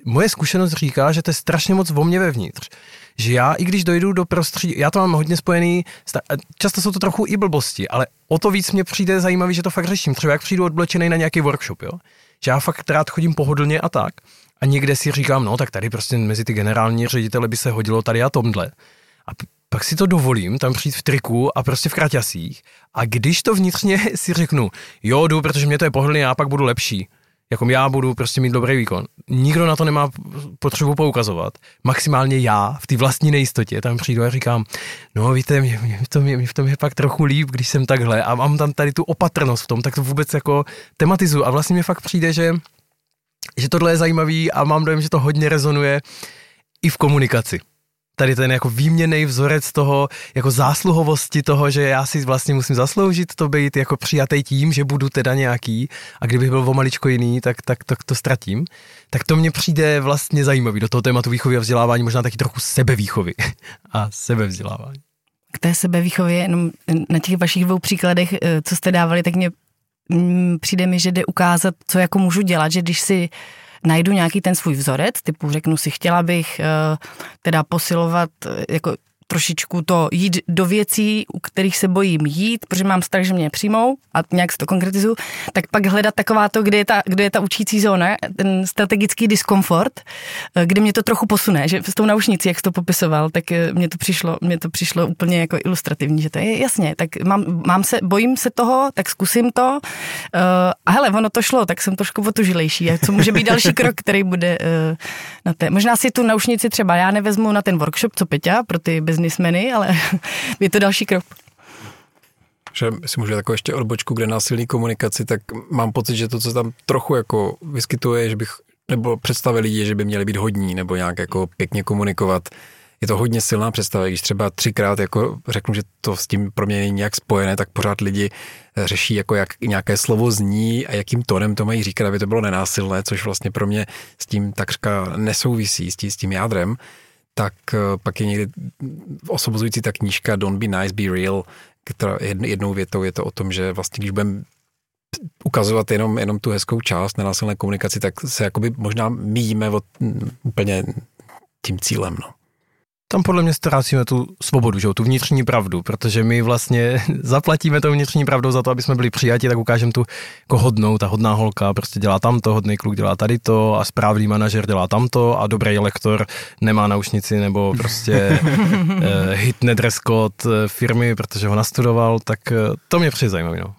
moje zkušenost říká, že to je strašně moc o mě vevnitř. Že já, i když dojdu do prostředí, já to mám hodně spojený, často jsou to trochu i blbosti, ale o to víc mě přijde zajímavý, že to fakt řeším. Třeba jak přijdu odblečený na nějaký workshop, jo? Že já fakt rád chodím pohodlně a tak. A někde si říkám, no tak tady prostě mezi ty generální ředitele by se hodilo tady a tomhle. A pak si to dovolím tam přijít v triku a prostě v kraťasích. A když to vnitřně si řeknu, jo, jdu, protože mě to je pohodlně, já pak budu lepší. Jako já budu prostě mít dobrý výkon. Nikdo na to nemá potřebu poukazovat. Maximálně já v té vlastní nejistotě tam přijdu a říkám, no víte, mě v tom je pak trochu líp, když jsem takhle a mám tam tady tu opatrnost v tom, tak to vůbec jako tematizuju. A vlastně mi fakt přijde, že tohle je zajímavý a mám dojem, že to hodně rezonuje i v komunikaci. Tady ten jako výměnný vzorec toho, jako zásluhovosti toho, že já si vlastně musím zasloužit to být jako přijatý tím, že budu teda nějaký a kdybych byl o maličko jiný, tak to ztratím. Tak to mně přijde vlastně zajímavý do toho tématu výchovy a vzdělávání, možná taky trochu sebevýchovy a sebevzdělávání. K té sebevýchově, jenom na těch vašich dvou příkladech, co jste dávali, tak přijde mi, že jde ukázat, co jako můžu dělat, že když si najdu nějaký ten svůj vzorec, typu řeknu si, chtěla bych teda posilovat jako trošičku to jít do věcí, u kterých se bojím jít, protože mám strach, že mě přijmou a nějak si to konkretizuju, tak pak hledat taková to, kde je ta učící zóna, ten strategický diskomfort, kde mě to trochu posune, že s tou naušnicí, jak jsi to popisoval, tak mně to přišlo úplně jako ilustrativní, že to je jasně, tak bojím se toho, tak zkusím to a hele, ono to šlo, tak jsem trošku otužilejší. A co může být další krok, který bude na té, možná si tu naušnici třeba já nevezmu na ten workshop, co Peťa, pro ty biznismeny, ale je to další krok. Že si můžu takovou ještě odbočku, kde násilný komunikaci, tak mám pocit, že to, co tam trochu jako vyskytuje, že bych, nebo představili lidi, že by měli být hodní, nebo nějak jako pěkně komunikovat. Je to hodně silná představa, když třeba 3krát jako řeknu, že to s tím pro mě není nějak spojené, tak pořád lidi řeší, jako jak nějaké slovo zní a jakým tónem to mají říkat, aby to bylo nenásilné, což vlastně pro mě s tím takřka nesouvisí, s tím jádrem. Tak pak je někdy osobozující ta knížka Don't be nice, be real, která jednou větou je to o tom, že vlastně když budeme ukazovat jenom tu hezkou část nenásilné komunikaci, tak se jakoby možná míjíme od úplně tím cílem, no. Tam podle mě ztrácíme tu svobodu, že? Tu vnitřní pravdu, protože my vlastně zaplatíme tou vnitřní pravdou za to, aby jsme byli přijati, tak ukážeme tu jako hodnou, ta hodná holka prostě dělá tamto, hodný kluk dělá tady to a správný manažer dělá tamto a dobrý lektor nemá naušnici nebo prostě hitne dress code firmy, protože ho nastudoval, tak to mě přijde zajímavý, no.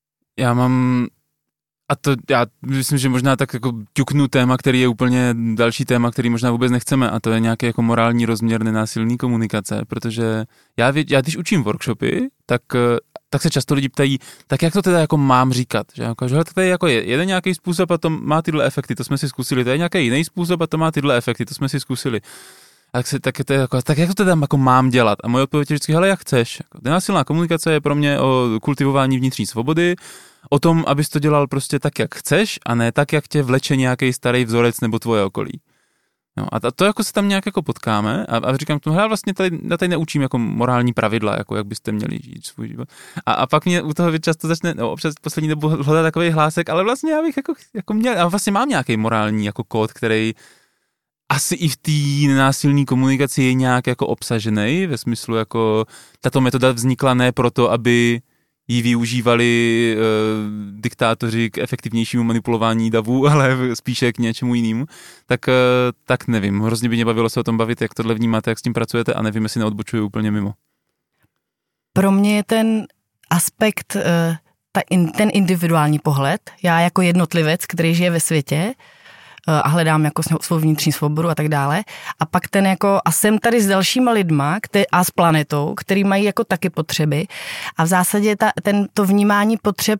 Já myslím, že možná tak jako ťuknu téma, který je úplně další téma, který možná vůbec nechceme, a to je nějaký jako morální rozměr nenásilný komunikace, protože já když učím workshopy, tak se často lidi ptají, tak jak to teda jako mám říkat, že jako, že to je jako jeden nějaký způsob a to má tyhle efekty, to jsme si zkusili, to je nějaký jiný způsob a to má tyhle efekty, to jsme si zkusili. Tak jak to teda jako mám dělat? A moje odpověď je vždycky, hele, jak chceš. Nenásilná komunikace je pro mě o kultivování vnitřní svobody, o tom, abys to dělal prostě tak, jak chceš, a ne tak, jak tě vleče nějaký starý vzorec nebo tvoje okolí. No, a to jako se tam nějak jako potkáme a říkám tomu, já vlastně tady neučím jako morální pravidla, jako jak byste měli žít svůj život. A pak mě u toho často začne, občas poslední dobu hledat takový hlásek, ale vlastně já bych jako měl, a vlastně mám nějaký morální jako kód, který asi i v té nenásilné komunikaci je nějak jako obsažený, ve smyslu jako tato metoda vznikla ne proto, aby ji využívali diktátoři k efektivnějšímu manipulování davu, ale spíše k něčemu jinému, tak nevím. Hrozně by mě bavilo se o tom bavit, jak tohle vnímáte, jak s tím pracujete, a nevím, jestli neodbočuju úplně mimo. Pro mě je ten aspekt, ten individuální pohled, já jako jednotlivec, který žije ve světě, a hledám jako svou vnitřní svobodu a tak dále. A pak ten jako, a jsem tady s dalšíma lidma a s planetou, který mají jako taky potřeby. A v zásadě to vnímání potřeb,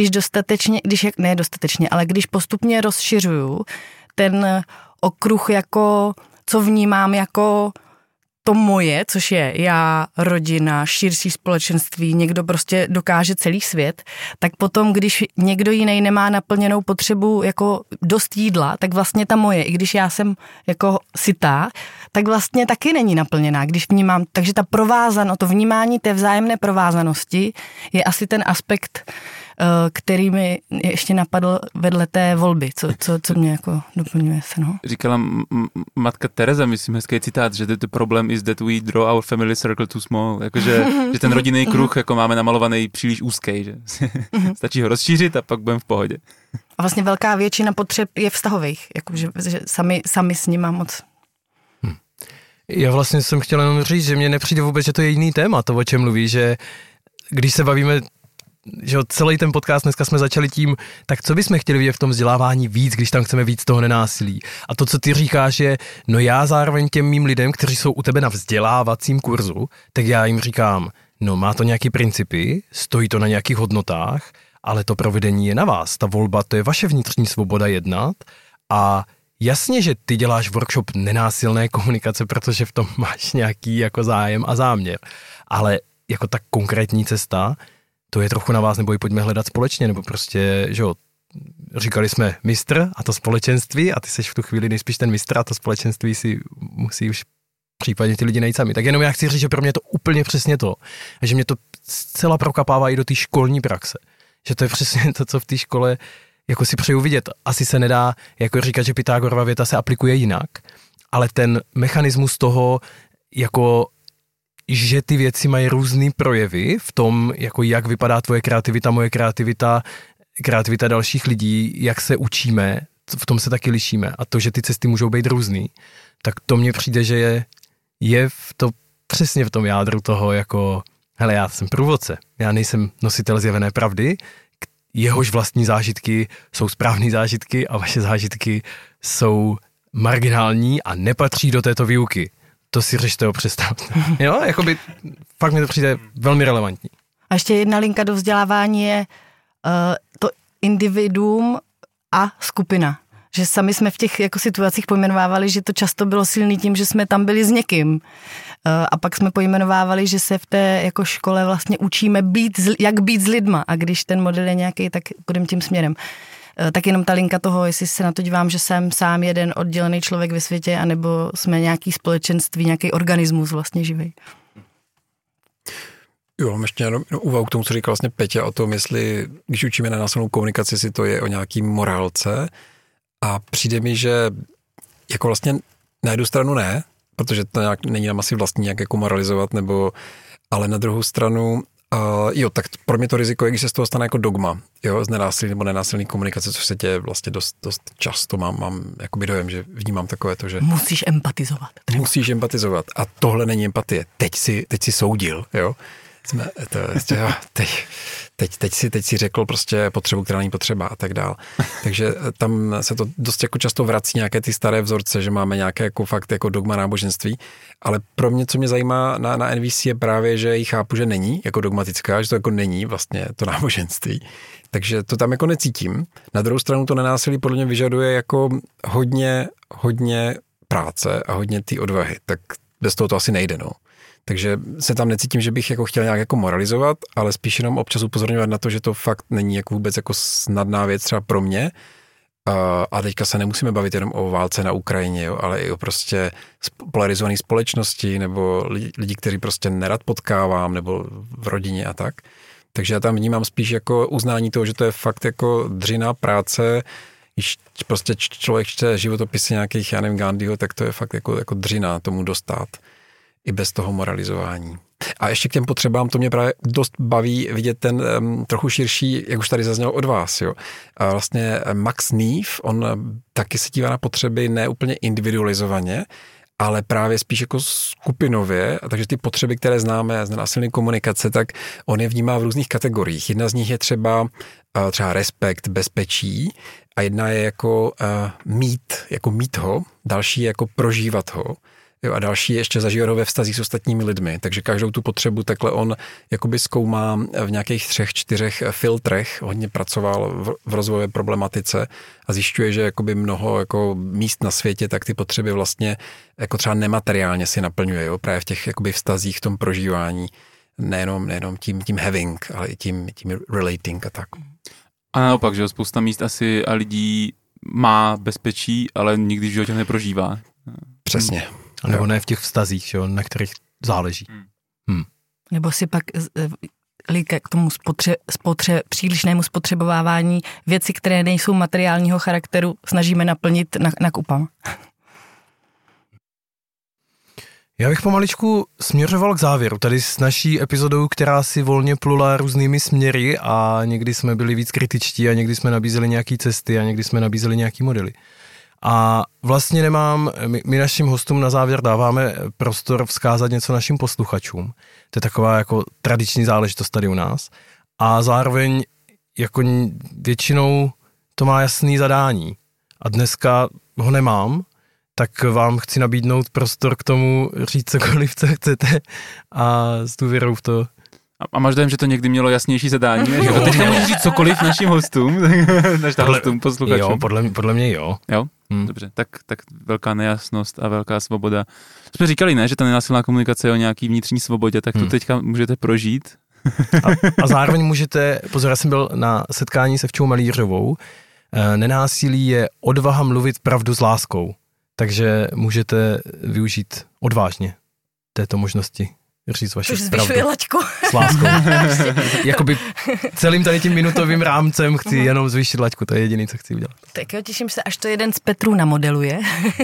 když postupně rozšiřuju ten okruh jako, co vnímám jako to moje, což je já, rodina, širší společenství, někdo prostě dokáže celý svět, tak potom, když někdo jiný nemá naplněnou potřebu jako dost jídla, tak vlastně ta moje, i když já jsem jako sytá, tak vlastně taky není naplněná, když vnímám, takže to vnímání té vzájemné provázanosti je asi ten aspekt, který mi ještě napadl vedle té volby, co mě jako doplňuje se, no. Říkala matka Tereza, myslím, hezký citát, že the problem is that we draw our family circle too small, jakože že ten rodinný kruh jako máme namalovaný příliš úzký, že stačí ho rozšířit a pak budeme v pohodě. A vlastně velká většina potřeb je vztahových, jakože že sami s nima moc. Já vlastně jsem chtěl jenom říct, že mně nepřijde vůbec, že to je jiný téma, to, o čem mluví, že když se bavíme, že celý ten podcast dneska jsme začali tím, tak co bychom chtěli vidět v tom vzdělávání víc, když tam chceme víc toho nenásilí. A to, co ty říkáš, je, no já zároveň těm mým lidem, kteří jsou u tebe na vzdělávacím kurzu, tak já jim říkám, no má to nějaký principy, stojí to na nějakých hodnotách, ale to provedení je na vás. Ta volba, to je vaše vnitřní svoboda jednat a jasně, že ty děláš workshop nenásilné komunikace, protože v tom máš nějaký jako zájem a záměr, ale jako tak konkrétní cesta, to je trochu na vás, nebo ji pojďme hledat společně, nebo prostě, že jo, říkali jsme mistr a to společenství a ty seš v tu chvíli nejspíš ten mistr a to společenství si musí už případně ty lidi najít sami. Tak jenom já chci říct, že pro mě to úplně přesně to, a že mě to zcela prokapává i do té školní praxe. Že to je přesně to, co v té škole jako si přeju vidět. Asi se nedá jako říkat, že Pythagorova věta se aplikuje jinak, ale ten mechanismus toho, jako že ty věci mají různý projevy v tom, jako jak vypadá tvoje kreativita, moje kreativita, kreativita dalších lidí, jak se učíme, v tom se taky lišíme. A to, že ty cesty můžou být různý, tak to mně přijde, že je v to přesně v tom jádru toho, jako hele, já jsem průvodce, já nejsem nositel zjevené pravdy, jehož vlastní zážitky jsou správné zážitky a vaše zážitky jsou marginální a nepatří do této výuky. To si řešte ho představte. Jo, jakoby fakt mi to přijde velmi relevantní. A ještě jedna linka do vzdělávání je to individuum a skupina. Že sami jsme v těch jako situacích pojmenovávali, že to často bylo silný tím, že jsme tam byli s někým. A pak jsme pojmenovávali, že se v té jako škole vlastně učíme jak být s lidma. A když ten model je nějaký, tak půjdeme tím směrem. Tak jenom ta linka toho, jestli se na to dívám, že jsem sám jeden oddělený člověk ve světě, anebo jsme nějaký společenství, nějaký organismus vlastně živý. Jo, mám ještě jenom úvahu k tomu, co říkal vlastně Peťa o tom, jestli, když učíme nenásilnou komunikaci, si to je o nějaký morálce. A přijde mi, že jako vlastně na jednu stranu ne, protože to nějak není nám asi vlastní nějak jako moralizovat, nebo, ale na druhou stranu, jo, tak pro mě to riziko je, když se z toho stane jako dogma, jo, z nenásilný nebo nenásilný komunikace, což se tě vlastně dost často mám jakoby dojem, že vnímám takové to, že musíš empatizovat. Musíš empatizovat a tohle není empatie. Teď si soudil, jo. Teď si řekl prostě potřebu, která není potřeba a tak dál. Takže tam se to dost jako často vrací nějaké ty staré vzorce, že máme nějaké jako fakt jako dogma náboženství, ale pro mě, co mě zajímá na NVC je právě, že ji chápu, že není jako dogmatická, že to jako není vlastně to náboženství. Takže to tam jako necítím. Na druhou stranu to nenásilí podle mě vyžaduje jako hodně práce a hodně té odvahy, tak bez toho to asi nejde, no. Takže se tam necítím, že bych jako chtěl nějak jako moralizovat, ale spíš jenom občas upozorňovat na to, že to fakt není jako vůbec jako snadná věc třeba pro mě. A teďka se nemusíme bavit jenom o válce na Ukrajině, jo, ale i o prostě polarizované společnosti nebo lidi, kteří prostě nerad potkávám nebo v rodině a tak. Takže já tam vnímám spíš jako uznání toho, že to je fakt jako dřiná práce. Když prostě člověk čte životopisy nějakých, já nevím, Gandhiho, tak to je fakt jako dřina tomu dostat. I bez toho moralizování. A ještě k těm potřebám, to mě právě dost baví vidět ten trochu širší, jak už tady zaznělo od vás. Jo. A vlastně Max Neef, on taky se dívá na potřeby ne úplně individualizovaně, ale právě spíš jako skupinově, a takže ty potřeby, které známe z nenásilné komunikace, tak on je vnímá v různých kategoriích. Jedna z nich je třeba respekt, bezpečí a jedna je jako mít ho, další je jako prožívat ho. Jo, a další je ještě zažívat ho ve vztazích s ostatními lidmi. Takže každou tu potřebu takhle on jakoby zkoumá v nějakých 3-4 filtrech. Hodně pracoval v rozvojové problematice a zjišťuje, že jakoby mnoho jako míst na světě, tak ty potřeby vlastně jako třeba nemateriálně si naplňuje. Jo? Právě v těch jakoby vztazích, v tom prožívání. Nejenom tím having, ale i tím relating a tak. A naopak, že spousta míst asi a lidí má bezpečí, ale nikdy v životě neprožívá. Přesně. A nebo ne v těch vztazích, jo, na kterých záleží. Nebo si pak k tomu přílišnému spotřebovávání věci, které nejsou materiálního charakteru, snažíme naplnit nakupama. Já bych pomaličku směřoval k závěru, tady s naší epizodou, která si volně plula různými směry a někdy jsme byli víc kritičtí a někdy jsme nabízeli nějaké cesty a někdy jsme nabízeli nějaké modely. A vlastně my našim hostům na závěr dáváme prostor vzkázat něco našim posluchačům. To je taková jako tradiční záležitost tady u nás. A zároveň jako většinou to má jasný zadání. A dneska ho nemám, tak vám chci nabídnout prostor k tomu říct cokoliv, co chcete a s důvěrou v to. A máš dojem, že to někdy mělo jasnější zadání? Že teďka můžeš říct cokoliv našim hostům, hostům, posluchačům. Jo, podle mě jo. Jo? Dobře, tak velká nejasnost a velká svoboda. Jsme říkali, ne, že ta nenásilná komunikace je o nějaký vnitřní svobodě, tak to teďka můžete prožít. A zároveň můžete, pozor, já jsem byl na setkání se Evčou Malířovou, nenásilí je odvaha mluvit pravdu s láskou. Takže můžete využít odvážně této možnosti říct vaši pravdu. Což zvyšuje laťku. S láskou. Jakoby celým tady tím minutovým rámcem chci jenom zvýšit laťku, to je jediné, co chci udělat. Tak jo, těším se, až to jeden z Petrů namodeluje.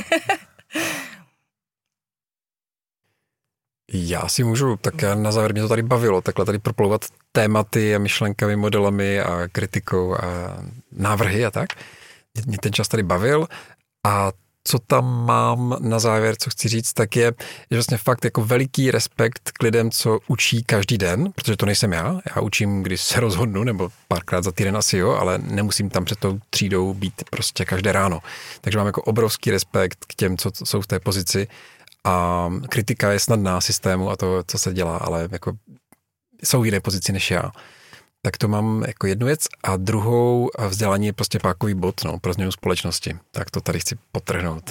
Já si můžu, tak na závěr mě to tady bavilo, takhle tady proplouvat tématy a myšlenkami, modelami a kritikou a návrhy a tak. Mě ten čas tady bavil a co tam mám na závěr, co chci říct, tak je vlastně fakt jako veliký respekt k lidem, co učí každý den, protože to nejsem já. Já učím, když se rozhodnu, nebo párkrát za týden asi jo, ale nemusím tam před tou třídou být prostě každé ráno. Takže mám jako obrovský respekt k těm, co jsou v té pozici a kritika je snadná systému a to, co se dělá, ale jako jsou v jiné pozici než já. Tak to mám jako jednu věc a druhou vzdělání je prostě pákový bod pro změnu společnosti. Tak to tady chci podtrhnout.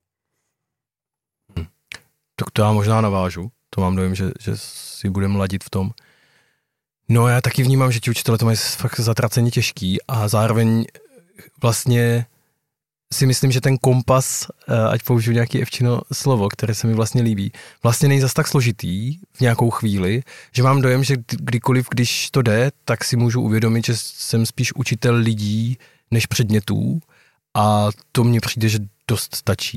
Tak to já možná navážu. To mám dojem, že si budeme ladit v tom. No já taky vnímám, že ti učitelé to mají fakt zatraceně těžký a zároveň vlastně si myslím, že ten kompas, ať použiju nějaký Evčino slovo, které se mi vlastně líbí, vlastně není zas tak složitý v nějakou chvíli, že mám dojem, že kdykoliv, když to jde, tak si můžu uvědomit, že jsem spíš učitel lidí než předmětů a to mně přijde, že dost stačí.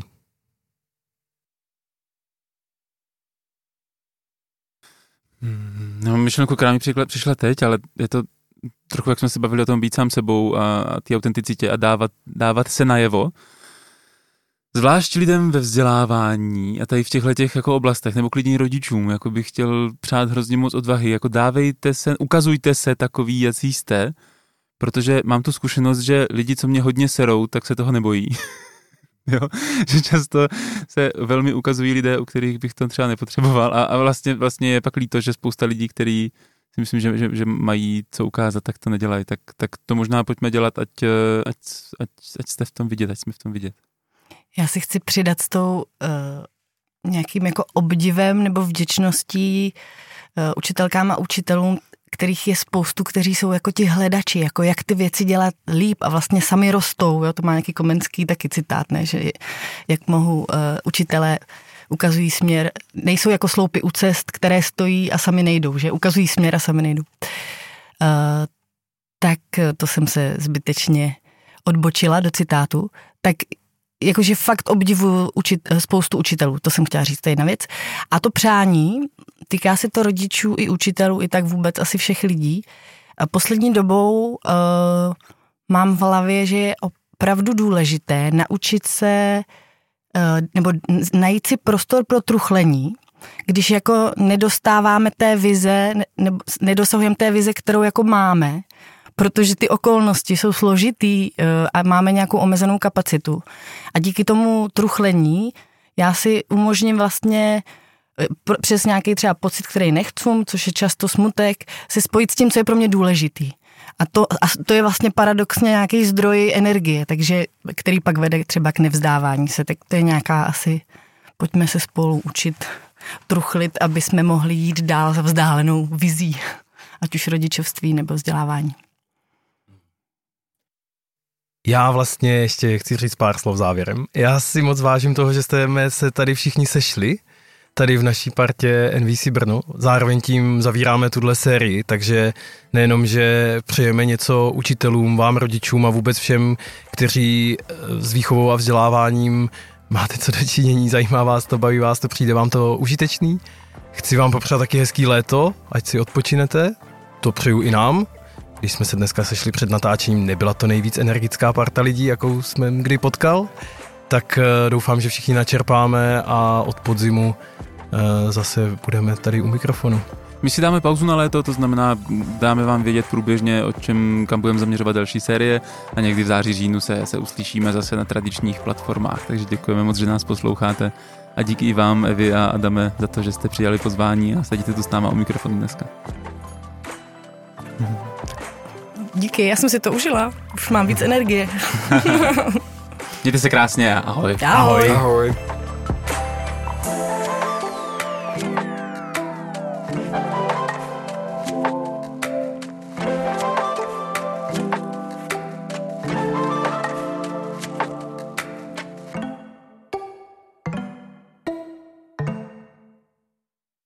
No, myšlenku, která mi přišla teď, ale je to trochu, jak jsme se bavili o tom být sám sebou a té autenticitě a dávat se najevo. Zvlášť lidem ve vzdělávání a tady v těchto jako oblastech, nebo klidně rodičům, jako bych chtěl přát hrozně moc odvahy, jako ukazujte se takový, jací jste, protože mám tu zkušenost, že lidi, co mě hodně serou, tak se toho nebojí. Jo? Že často se velmi ukazují lidé, u kterých bych to třeba nepotřeboval a vlastně je pak líto, že spousta lidí, který si myslím, že mají co ukázat, tak to nedělají. Tak to možná pojďme dělat, ať jste v tom vidět, ať jsme v tom vidět. Já si chci přidat s tou nějakým jako obdivem nebo vděčností učitelkám a učitelům, kterých je spoustu, kteří jsou jako ti hledači, jako jak ty věci dělat líp a vlastně sami rostou. Jo? To má nějaký Komenský taky citát, ne? Že jak mohou učitelé ukazují směr, nejsou jako sloupy u cest, které stojí a sami nejdou, že ukazují směr a sami nejdou. Tak to jsem se zbytečně odbočila do citátu. Tak jakože fakt obdivuju spoustu učitelů, to jsem chtěla říct, to je jedna věc. A to přání, týká se to rodičů i učitelů, i tak vůbec asi všech lidí. Poslední dobou mám v hlavě, že je opravdu důležité naučit se nebo najít si prostor pro truchlení, když jako nedostáváme té vize, nebo nedosahujeme té vize, kterou jako máme, protože ty okolnosti jsou složitý a máme nějakou omezenou kapacitu. A díky tomu truchlení já si umožním vlastně přes nějaký třeba pocit, který nechci, což je často smutek, se spojit s tím, co je pro mě důležitý. A to je vlastně paradoxně nějaký zdroj energie, takže, který pak vede třeba k nevzdávání se. Tak to je nějaká asi, pojďme se spolu učit truchlit, aby jsme mohli jít dál za vzdálenou vizí, ať už rodičovství nebo vzdělávání. Já vlastně ještě chci říct pár slov závěrem. Já si moc vážím toho, že jste se tady všichni sešli, tady v naší partě NVC Brno. Zároveň tím zavíráme tuhle sérii, takže nejenom, že přejeme něco učitelům, vám rodičům a vůbec všem, kteří s výchovou a vzděláváním máte co dočinění, zajímá vás to, baví vás to, přijde vám to užitečný. Chci vám popřát taky hezký léto, ať si odpočinete, to přeju i nám. Když jsme se dneska sešli před natáčením, nebyla to nejvíc energická parta lidí, jakou jsme kdy potkal, tak doufám, že všichni načerpáme a od podzimu zase budeme tady u mikrofonu. My si dáme pauzu na léto, to znamená, dáme vám vědět průběžně, kam budeme zaměřovat další série a někdy v září, říjnu se uslyšíme zase na tradičních platformách, takže děkujeme moc, že nás posloucháte a díky i vám, Evi a Adame, za to, že jste přijali pozvání a sedíte tu s náma u mikrofonu dneska. Díky, já jsem si to užila, už mám víc energie. Mějte se krásně a ahoj. Ahoj. Ahoj.